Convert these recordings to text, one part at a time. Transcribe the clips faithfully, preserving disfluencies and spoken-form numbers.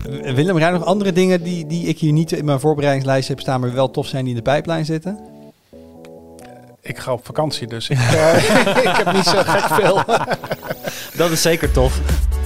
Willem, zijn er nog andere dingen die, die ik hier niet in mijn voorbereidingslijst heb staan, maar wel tof zijn die in de pijplijn zitten? Ik ga op vakantie, dus ik, uh, ik heb niet zo gek veel. Dat is zeker tof.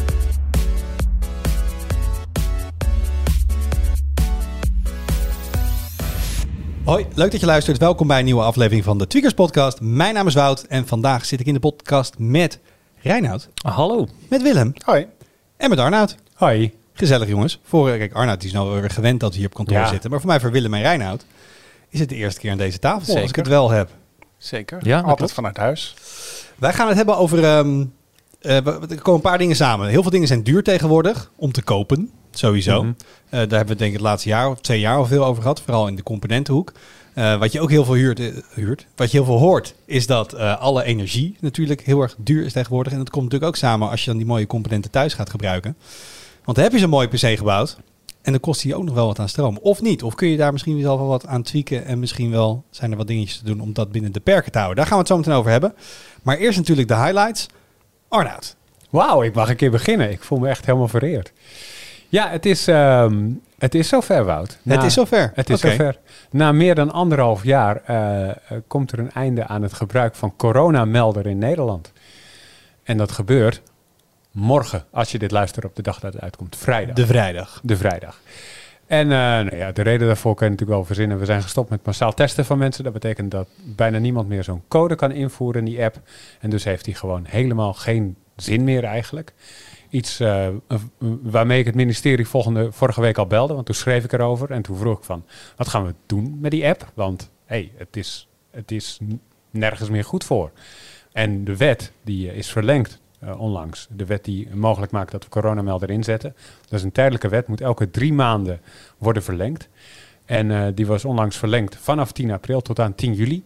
Hoi, leuk dat je luistert. Welkom bij een nieuwe aflevering van de Tweakers Podcast. Mijn naam is Wout en vandaag zit ik in de podcast met Reinoud. Hallo. Met Willem. Hoi. En met Arnoud. Hoi. Gezellig jongens. Voor, kijk, Arnoud is nou weer gewend dat we hier op kantoor Ja. zitten. Maar voor mij, voor Willem en Reinoud, is het de eerste keer aan deze tafel. Zeker. Als ik het wel heb. Zeker. Ja, dat Altijd klopt. vanuit huis. Wij gaan het hebben over... Um, uh, er komen een paar dingen samen. Heel veel dingen zijn duur tegenwoordig om te kopen. Sowieso. Mm-hmm. Uh, daar hebben we het denk ik het laatste jaar of twee jaar al veel over gehad. Vooral in de componentenhoek. Uh, wat je ook heel veel huurt, uh, huurt. Wat je heel veel hoort, is dat uh, alle energie natuurlijk heel erg duur is tegenwoordig. En dat komt natuurlijk ook samen als je dan die mooie componenten thuis gaat gebruiken. Want dan heb je zo'n mooie P C gebouwd. En dan kost die ook nog wel wat aan stroom. Of niet. Of kun je daar misschien zelf wel wat aan tweaken. En misschien wel zijn er wat dingetjes te doen om dat binnen de perken te houden. Daar gaan we het zo meteen over hebben. Maar eerst natuurlijk de highlights. Arnoud. Wauw, ik mag een keer beginnen. Ik voel me echt helemaal vereerd. Ja, het is, um, het is zover, Wout. Na, het is zover. Het is okay. zover. Na meer dan anderhalf jaar uh, uh, komt er een einde aan het gebruik van coronamelder in Nederland. En dat gebeurt morgen, als je dit luistert op de dag dat het uitkomt. Vrijdag. De vrijdag. De vrijdag. En uh, nou ja, de reden daarvoor kan je natuurlijk wel verzinnen. We zijn gestopt met massaal testen van mensen. Dat betekent dat bijna niemand meer zo'n code kan invoeren in die app. En dus heeft hij gewoon helemaal geen zin meer eigenlijk. Iets uh, waarmee ik het ministerie volgende, vorige week al belde. Want toen schreef ik erover. En toen vroeg ik van, wat gaan we doen met die app? Want hey, het, is, het is nergens meer goed voor. En de wet die is verlengd uh, onlangs. De wet die mogelijk maakt dat we coronamelder inzetten. Dat is een tijdelijke wet. Moet elke drie maanden worden verlengd. En uh, die was onlangs verlengd vanaf tien april tot aan tien juli.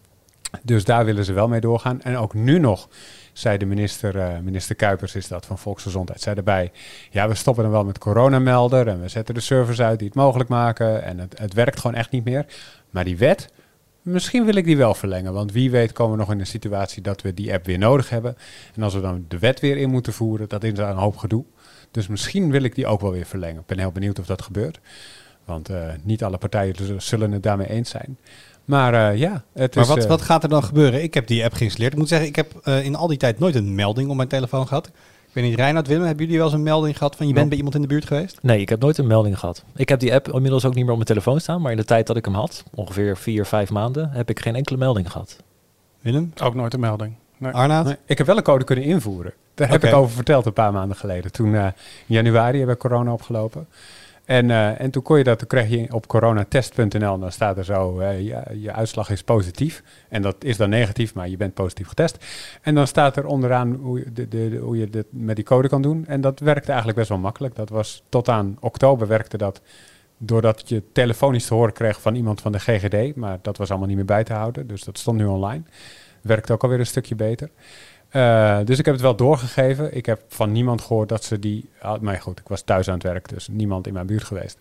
Dus daar willen ze wel mee doorgaan. En ook nu nog, zei de minister, uh, minister Kuipers is dat van Volksgezondheid, zei erbij, ja, we stoppen dan wel met coronamelder en we zetten de servers uit die het mogelijk maken en het, het werkt gewoon echt niet meer. Maar die wet, misschien wil ik die wel verlengen, want wie weet komen we nog in een situatie dat we die app weer nodig hebben. En als we dan de wet weer in moeten voeren, dat is een hoop gedoe. Dus misschien wil ik die ook wel weer verlengen. Ik ben heel benieuwd of dat gebeurt, want uh, niet alle partijen zullen het daarmee eens zijn. Maar uh, ja, het maar is... wat, uh, wat gaat er dan gebeuren? Ik heb die app geïnstalleerd. Ik moet zeggen, ik heb uh, in al die tijd nooit een melding op mijn telefoon gehad. Ik weet niet, Reinoud, Willem, hebben jullie wel eens een melding gehad van je bent bij iemand in de buurt geweest? Nee, ik heb nooit een melding gehad. Ik heb die app inmiddels ook niet meer op mijn telefoon staan. Maar in de tijd dat ik hem had, ongeveer vier, vijf maanden, heb ik geen enkele melding gehad. Willem? Ook nooit een melding. Nee. Arnoud? Nee, ik heb wel een code kunnen invoeren. Daar heb Okay. ik over verteld een paar maanden geleden. Toen uh, in januari hebben we corona opgelopen. En, uh, en toen kon je dat, toen kreeg je op coronatest punt n l, dan staat er zo, uh, je, je uitslag is positief. En dat is dan negatief, maar je bent positief getest. En dan staat er onderaan hoe je, de, de, de, hoe je dit met die code kan doen. En dat werkte eigenlijk best wel makkelijk. Dat was tot aan oktober werkte dat, doordat je telefonisch te horen kreeg van iemand van de G G D. Maar dat was allemaal niet meer bij te houden, dus dat stond nu online. Werkte ook alweer een stukje beter. Uh, dus ik heb het wel doorgegeven. Ik heb van niemand gehoord dat ze die... Uh, maar goed, ik was thuis aan het werk, dus niemand in mijn buurt geweest.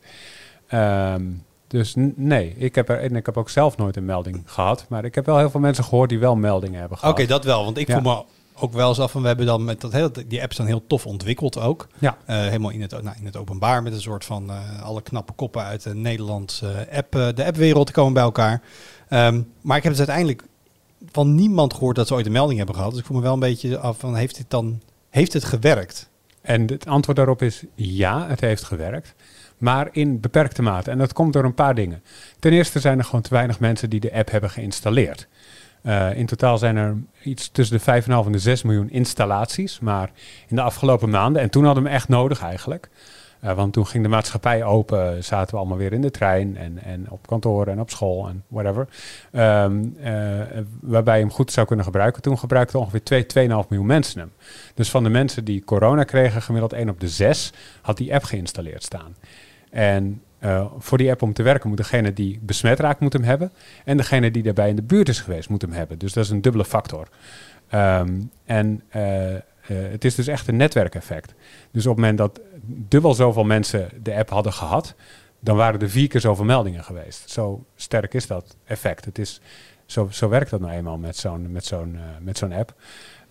Um, dus n- nee, ik heb, er, en ik heb ook zelf nooit een melding gehad. Maar ik heb wel heel veel mensen gehoord die wel meldingen hebben Oké, gehad. okay, dat wel. Want ik Ja. voel me ook wel eens af van, we hebben dan met dat hele, die apps dan heel tof ontwikkeld ook. Ja. Uh, helemaal in het, nou, in het openbaar met een soort van uh, alle knappe koppen uit de Nederlandse app, uh, de appwereld komen bij elkaar. Um, maar ik heb dus uiteindelijk van niemand gehoord dat ze ooit een melding hebben gehad. Dus ik voel me wel een beetje af van, heeft dit dan, heeft het gewerkt? En het antwoord daarop is ja, het heeft gewerkt. Maar in beperkte mate. En dat komt door een paar dingen. Ten eerste zijn er gewoon te weinig mensen die de app hebben geïnstalleerd. Uh, in totaal zijn er iets tussen de vijf komma vijf en de zes miljoen installaties. Maar in de afgelopen maanden, en toen hadden we hem echt nodig eigenlijk. Uh, want toen ging de maatschappij open, zaten we allemaal weer in de trein en, en op kantoor en op school en whatever. Um, uh, waarbij je hem goed zou kunnen gebruiken. Toen gebruikten ongeveer twee, twee komma vijf miljoen mensen hem. Dus van de mensen die corona kregen, gemiddeld één op de zes, had die app geïnstalleerd staan. En uh, voor die app om te werken moet degene die besmet raakt moet hem hebben. En degene die daarbij in de buurt is geweest moet hem hebben. Dus dat is een dubbele factor. Um, en uh, uh, het is dus echt een netwerkeffect. Dus op het moment dat dubbel zoveel mensen de app hadden gehad, dan waren er vier keer zoveel meldingen geweest. Zo sterk is dat effect. Het is, zo, zo werkt dat nou eenmaal met zo'n, met zo'n, uh, met zo'n app.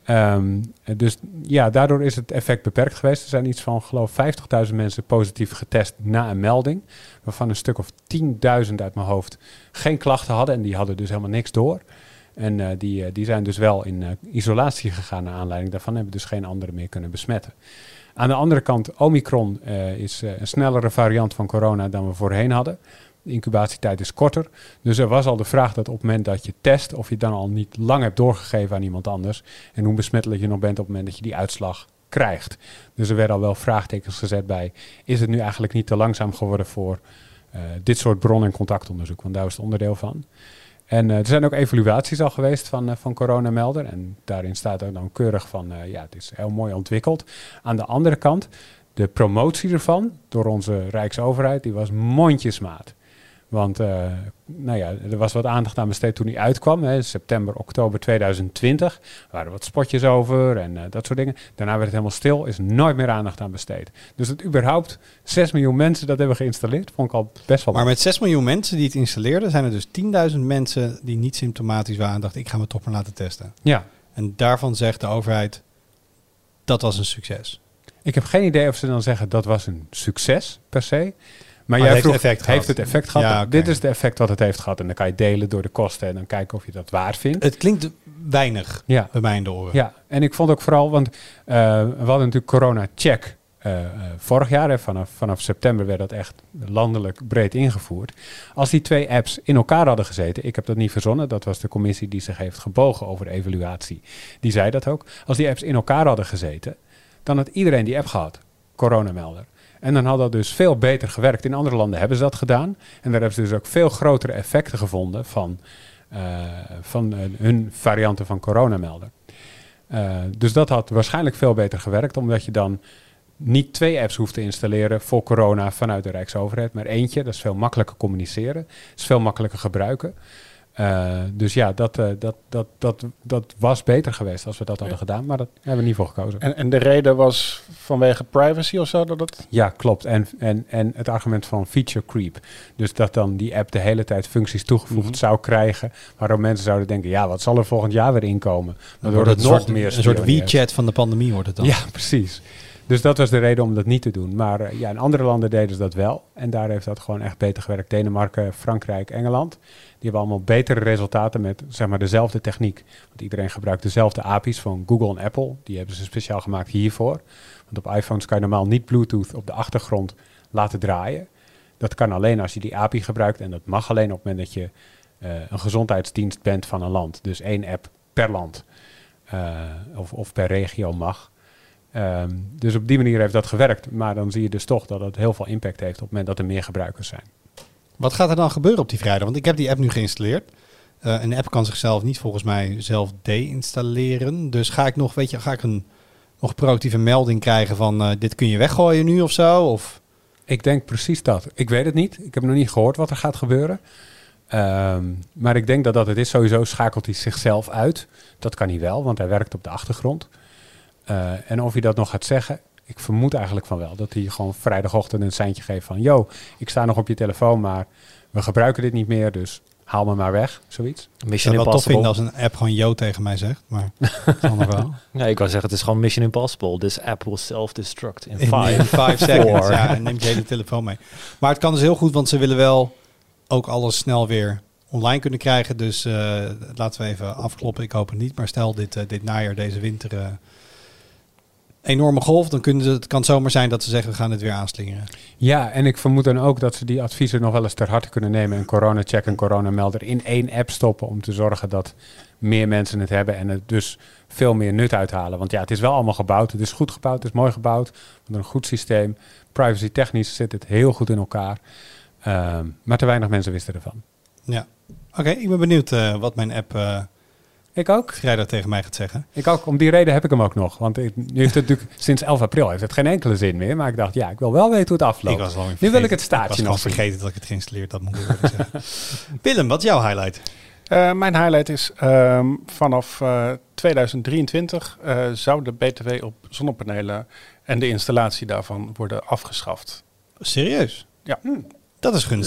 Um, dus ja, daardoor is het effect beperkt geweest. Er zijn iets van, geloof ik, vijftigduizend mensen positief getest na een melding. Waarvan een stuk of tienduizend uit mijn hoofd geen klachten hadden. En die hadden dus helemaal niks door. En uh, die, uh, die zijn dus wel in uh, isolatie gegaan naar aanleiding daarvan. Hebben dus geen anderen meer kunnen besmetten. Aan de andere kant, Omicron uh, is uh, een snellere variant van corona dan we voorheen hadden. De incubatietijd is korter. Dus er was al de vraag dat op het moment dat je test, of je dan al niet lang hebt doorgegeven aan iemand anders. En hoe besmettelijk je nog bent op het moment dat je die uitslag krijgt. Dus er werden al wel vraagtekens gezet bij, is het nu eigenlijk niet te langzaam geworden voor uh, dit soort bron- en contactonderzoek? Want daar is het onderdeel van. En uh, er zijn ook evaluaties al geweest van, uh, van coronamelder. En daarin staat ook dan keurig van, uh, ja, het is heel mooi ontwikkeld. Aan de andere kant, de promotie ervan door onze Rijksoverheid, die was mondjesmaat. Want uh, nou ja, er was wat aandacht aan besteed toen hij uitkwam. Hè, september, oktober tweeduizend twintig. Er waren wat spotjes over en uh, dat soort dingen. Daarna werd het helemaal stil, is nooit meer aandacht aan besteed. Dus dat überhaupt zes miljoen mensen dat hebben geïnstalleerd, vond ik al best wel... Maar met zes miljoen mensen die het installeerden, zijn er dus tienduizend mensen die niet symptomatisch waren en dachten, ik ga me toch maar laten testen. Ja. En daarvan zegt de overheid, dat was een succes. Ik heb geen idee of ze dan zeggen, dat was een succes per se. Maar, Maar jij het heeft vroeg, effect heeft gehad. het effect gehad? Ja, okay. Dit is het effect wat het heeft gehad. En dan kan je delen door de kosten en dan kijken of je dat waard vindt. Het klinkt weinig Ja. bij mij in de oren. Ja, en ik vond ook vooral, want uh, we hadden natuurlijk corona-check uh, uh, vorig jaar. Hè, vanaf, vanaf september werd dat echt landelijk breed ingevoerd. Als die twee apps in elkaar hadden gezeten, ik heb dat niet verzonnen, dat was de commissie die zich heeft gebogen over de evaluatie. Die zei dat ook. Als die apps in elkaar hadden gezeten, dan had iedereen die app gehad, coronamelder. En dan had dat dus veel beter gewerkt. In andere landen hebben ze dat gedaan. En daar hebben ze dus ook veel grotere effecten gevonden van, uh, van uh, hun varianten van coronamelder. Uh, dus dat had waarschijnlijk veel beter gewerkt, omdat je dan niet twee apps hoeft te installeren voor corona vanuit de Rijksoverheid, maar eentje. Dat is veel makkelijker communiceren. Dat is veel makkelijker gebruiken. Uh, dus ja, dat, uh, dat, dat, dat, dat was beter geweest als we dat hadden gedaan. Maar dat hebben we niet voor gekozen. En, en de reden was vanwege privacy of zo? Dat het... Ja, klopt. En, en, en het argument van feature creep. Dus dat dan die app de hele tijd functies toegevoegd mm-hmm. zou krijgen. Waardoor mensen zouden denken, ja, wat zal er volgend jaar weer inkomen? Waardoor het, het nog soort, meer een soort WeChat van de pandemie wordt het dan. Ja, precies. Dus dat was de reden om dat niet te doen. Maar uh, ja, in andere landen deden ze dat wel. En daar heeft dat gewoon echt beter gewerkt. Denemarken, Frankrijk, Engeland. Die hebben allemaal betere resultaten met zeg maar dezelfde techniek. Want iedereen gebruikt dezelfde A P I's van Google en Apple. Die hebben ze speciaal gemaakt hiervoor. Want op iPhones kan je normaal niet Bluetooth op de achtergrond laten draaien. Dat kan alleen als je die A P I gebruikt. En dat mag alleen op het moment dat je uh, een gezondheidsdienst bent van een land. Dus één app per land. Uh, of, of per regio mag. Um, dus op die manier heeft dat gewerkt. Maar dan zie je dus toch dat het heel veel impact heeft op het moment dat er meer gebruikers zijn. Wat gaat er dan gebeuren op die vrijdag? Want ik heb die app nu geïnstalleerd. Uh, een app kan zichzelf niet volgens mij zelf deinstalleren. Dus ga ik nog, weet je, ga ik een nog proactieve melding krijgen van uh, dit kun je weggooien nu of zo? Of? Ik denk precies dat. Ik weet het niet. Ik heb nog niet gehoord wat er gaat gebeuren. Um, maar ik denk dat dat het is. Sowieso schakelt hij zichzelf uit. Dat kan hij wel, want hij werkt op de achtergrond. Uh, en of hij dat nog gaat zeggen, ik vermoed eigenlijk van wel. Dat hij gewoon vrijdagochtend een seintje geeft van, yo, ik sta nog op je telefoon, maar we gebruiken dit niet meer, dus haal me maar weg, zoiets. Mission ik zou wel tof Impossible. vinden als een app gewoon yo tegen mij zegt, maar dat kan nog wel. Ja, ik wou zeggen, het is gewoon Mission Impossible. This app will self-destruct in In five. five seconds, four. ja, en neemt je hele telefoon mee. Maar het kan dus heel goed, want ze willen wel ook alles snel weer online kunnen krijgen. Dus uh, laten we even afkloppen. Ik hoop het niet, maar stel dit, uh, dit najaar, deze winter, uh, enorme golf, dan kunnen ze, het kan zomaar zijn dat ze zeggen, we gaan het weer aanslingeren. Ja, en ik vermoed dan ook dat ze die adviezen nog wel eens ter harte kunnen nemen en corona-check en coronamelder in één app stoppen om te zorgen dat meer mensen het hebben en het dus veel meer nut uithalen. Want ja, het is wel allemaal gebouwd. Het is goed gebouwd, het is mooi gebouwd, met een goed systeem. Privacy technisch zit het heel goed in elkaar. Um, maar te weinig mensen wisten ervan. Ja, oké, okay, ik ben benieuwd uh, wat mijn app uh, ik ook. vrijdag tegen mij gaat zeggen. Ik ook. Om die reden heb ik hem ook nog. Want ik, nu heeft het natuurlijk sinds elf april heeft het geen enkele zin meer. Maar ik dacht, ja, ik wil wel weten hoe het afloopt. Ik was al nu wil ik het staartje nog. Ik was nog vergeten dat ik het geïnstalleerd had moeten worden. Willem, wat is jouw highlight? Uh, mijn highlight is um, vanaf uh, tweeduizend drieëntwintig uh, zou de B T W op zonnepanelen en de installatie daarvan worden afgeschaft. Serieus? Ja. Hm, dat is gunstig. Dus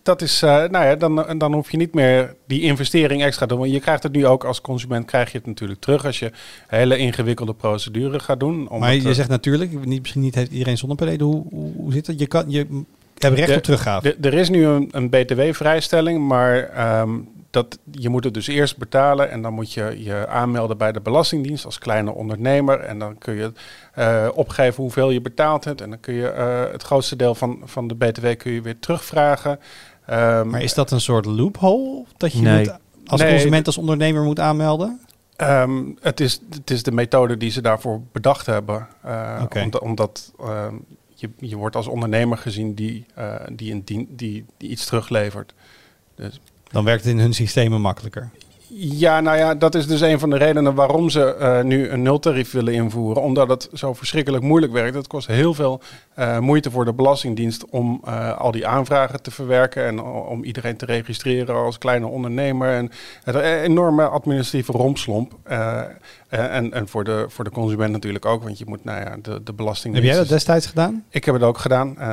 dat is, uh, nou ja, dan, dan hoef je niet meer die investering extra te doen. Want je krijgt het nu ook als consument, krijg je het natuurlijk terug als je hele ingewikkelde procedure gaat doen. Maar je uh, zegt natuurlijk, niet, misschien niet heeft iedereen zonnepanelen. Hoe, hoe, hoe zit het? Je kan, je hebt recht de, op teruggave. De, er is nu een, een B T W-vrijstelling, maar um, dat, je moet het dus eerst betalen en dan moet je je aanmelden bij de Belastingdienst als kleine ondernemer. En dan kun je uh, opgeven hoeveel je betaald hebt. En dan kun je uh, het grootste deel van, van de B T W kun je weer terugvragen. Um, maar is dat een soort loophole dat je nee. moet, als nee, consument, als ondernemer moet aanmelden? Um, het, is, het is de methode die ze daarvoor bedacht hebben. Uh, okay. Omdat, omdat uh, je, je wordt als ondernemer gezien die, uh, die, een dien, die, die iets teruglevert. Dus dan werkt het in hun systemen makkelijker. Ja, nou ja, dat is dus een van de redenen waarom ze uh, nu een nultarief willen invoeren. Omdat het zo verschrikkelijk moeilijk werkt. Het kost heel veel uh, moeite voor de Belastingdienst om uh, al die aanvragen te verwerken. En uh, om iedereen te registreren als kleine ondernemer. En het een enorme administratieve rompslomp. Uh, en en voor, de, voor de consument natuurlijk ook. Want je moet, nou ja, de, de Belastingdienst... Heb jij dat destijds gedaan? Ik heb het ook gedaan. Uh,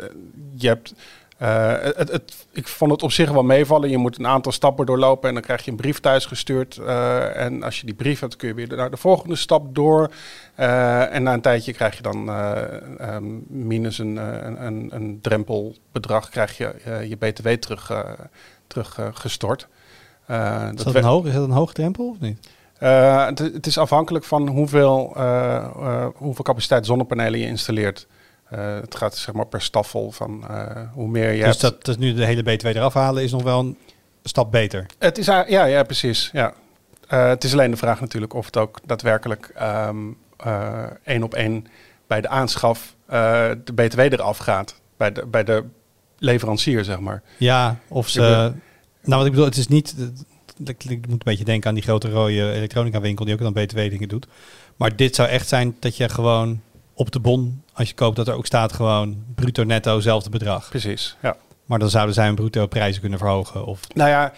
je hebt... Uh, het, het, ik vond het op zich wel meevallen. Je moet een aantal stappen doorlopen en dan krijg je een brief thuisgestuurd. Uh, en als je die brief hebt, kun je weer naar de volgende stap door. Uh, en na een tijdje krijg je dan uh, um, minus een, een, een, een drempelbedrag, krijg je uh, je B T W terug, uh, terug uh, gestort. Uh, is, dat een hoog, is dat een hoge drempel of niet? Uh, het, het is afhankelijk van hoeveel, uh, uh, hoeveel capaciteit zonnepanelen je installeert. Uh, het gaat zeg maar per staffel van uh, hoe meer je dus hebt. Dat, dus nu de hele B T W eraf halen is nog wel een stap beter? Het is, uh, ja, ja, precies. Ja. Uh, het is alleen de vraag natuurlijk of het ook daadwerkelijk um, uh, één op één bij de aanschaf uh, de B T W eraf gaat. Bij de, bij de leverancier, zeg maar. Ja, of ze... Nou, wat ik bedoel, het is niet... Ik moet een beetje denken aan die grote rode elektronica winkel die ook dan B T W dingen doet. Maar dit zou echt zijn dat je gewoon op de bon, als je koopt, dat er ook staat gewoon bruto netto hetzelfde bedrag. Precies, ja. Maar dan zouden zij hun bruto prijzen kunnen verhogen. Of... Nou ja,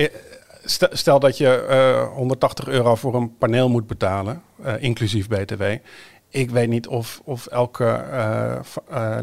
stel dat je uh, honderdtachtig euro voor een paneel moet betalen, uh, inclusief B T W. Ik weet niet of, of elke uh, uh,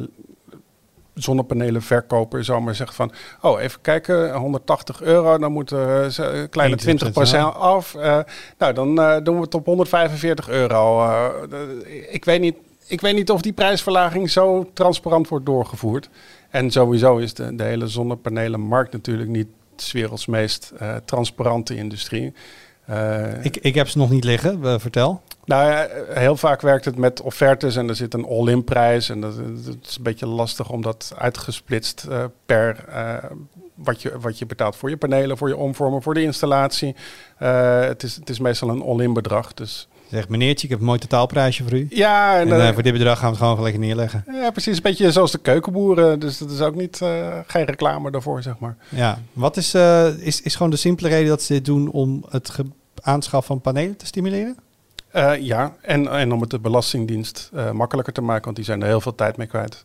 zonnepanelenverkoper zou maar zeggen van, oh, even kijken, honderdtachtig euro, dan moeten uh, kleine twintig procent af. Uh, nou, dan uh, doen we het op honderdvijfenveertig euro. Uh, uh, ik weet niet, ik weet niet of die prijsverlaging zo transparant wordt doorgevoerd. En sowieso is de, de hele zonnepanelenmarkt natuurlijk niet de werelds meest uh, transparante industrie. Uh, ik, ik heb ze nog niet liggen, uh, vertel. Nou ja, heel vaak werkt het met offertes en er zit een all-in prijs. En dat, dat is een beetje lastig om dat uitgesplitst uh, per uh, wat, je, wat je betaalt voor je panelen, voor je omvormen, voor de installatie. Uh, het, is, het is meestal een all-in bedrag. Dus zeg, meneertje, ik heb een mooi totaalprijsje voor u. Ja, en, en uh, uh, voor dit bedrag gaan we het gewoon lekker neerleggen. Ja, precies. Een beetje zoals de keukenboeren. Dus dat is ook niet uh, geen reclame daarvoor, zeg maar. Ja, wat is, uh, is, is gewoon de simpele reden dat ze dit doen om het ge- aanschaf van panelen te stimuleren? Uh, ja, en, en om het de Belastingdienst uh, makkelijker te maken, want die zijn er heel veel tijd mee kwijt.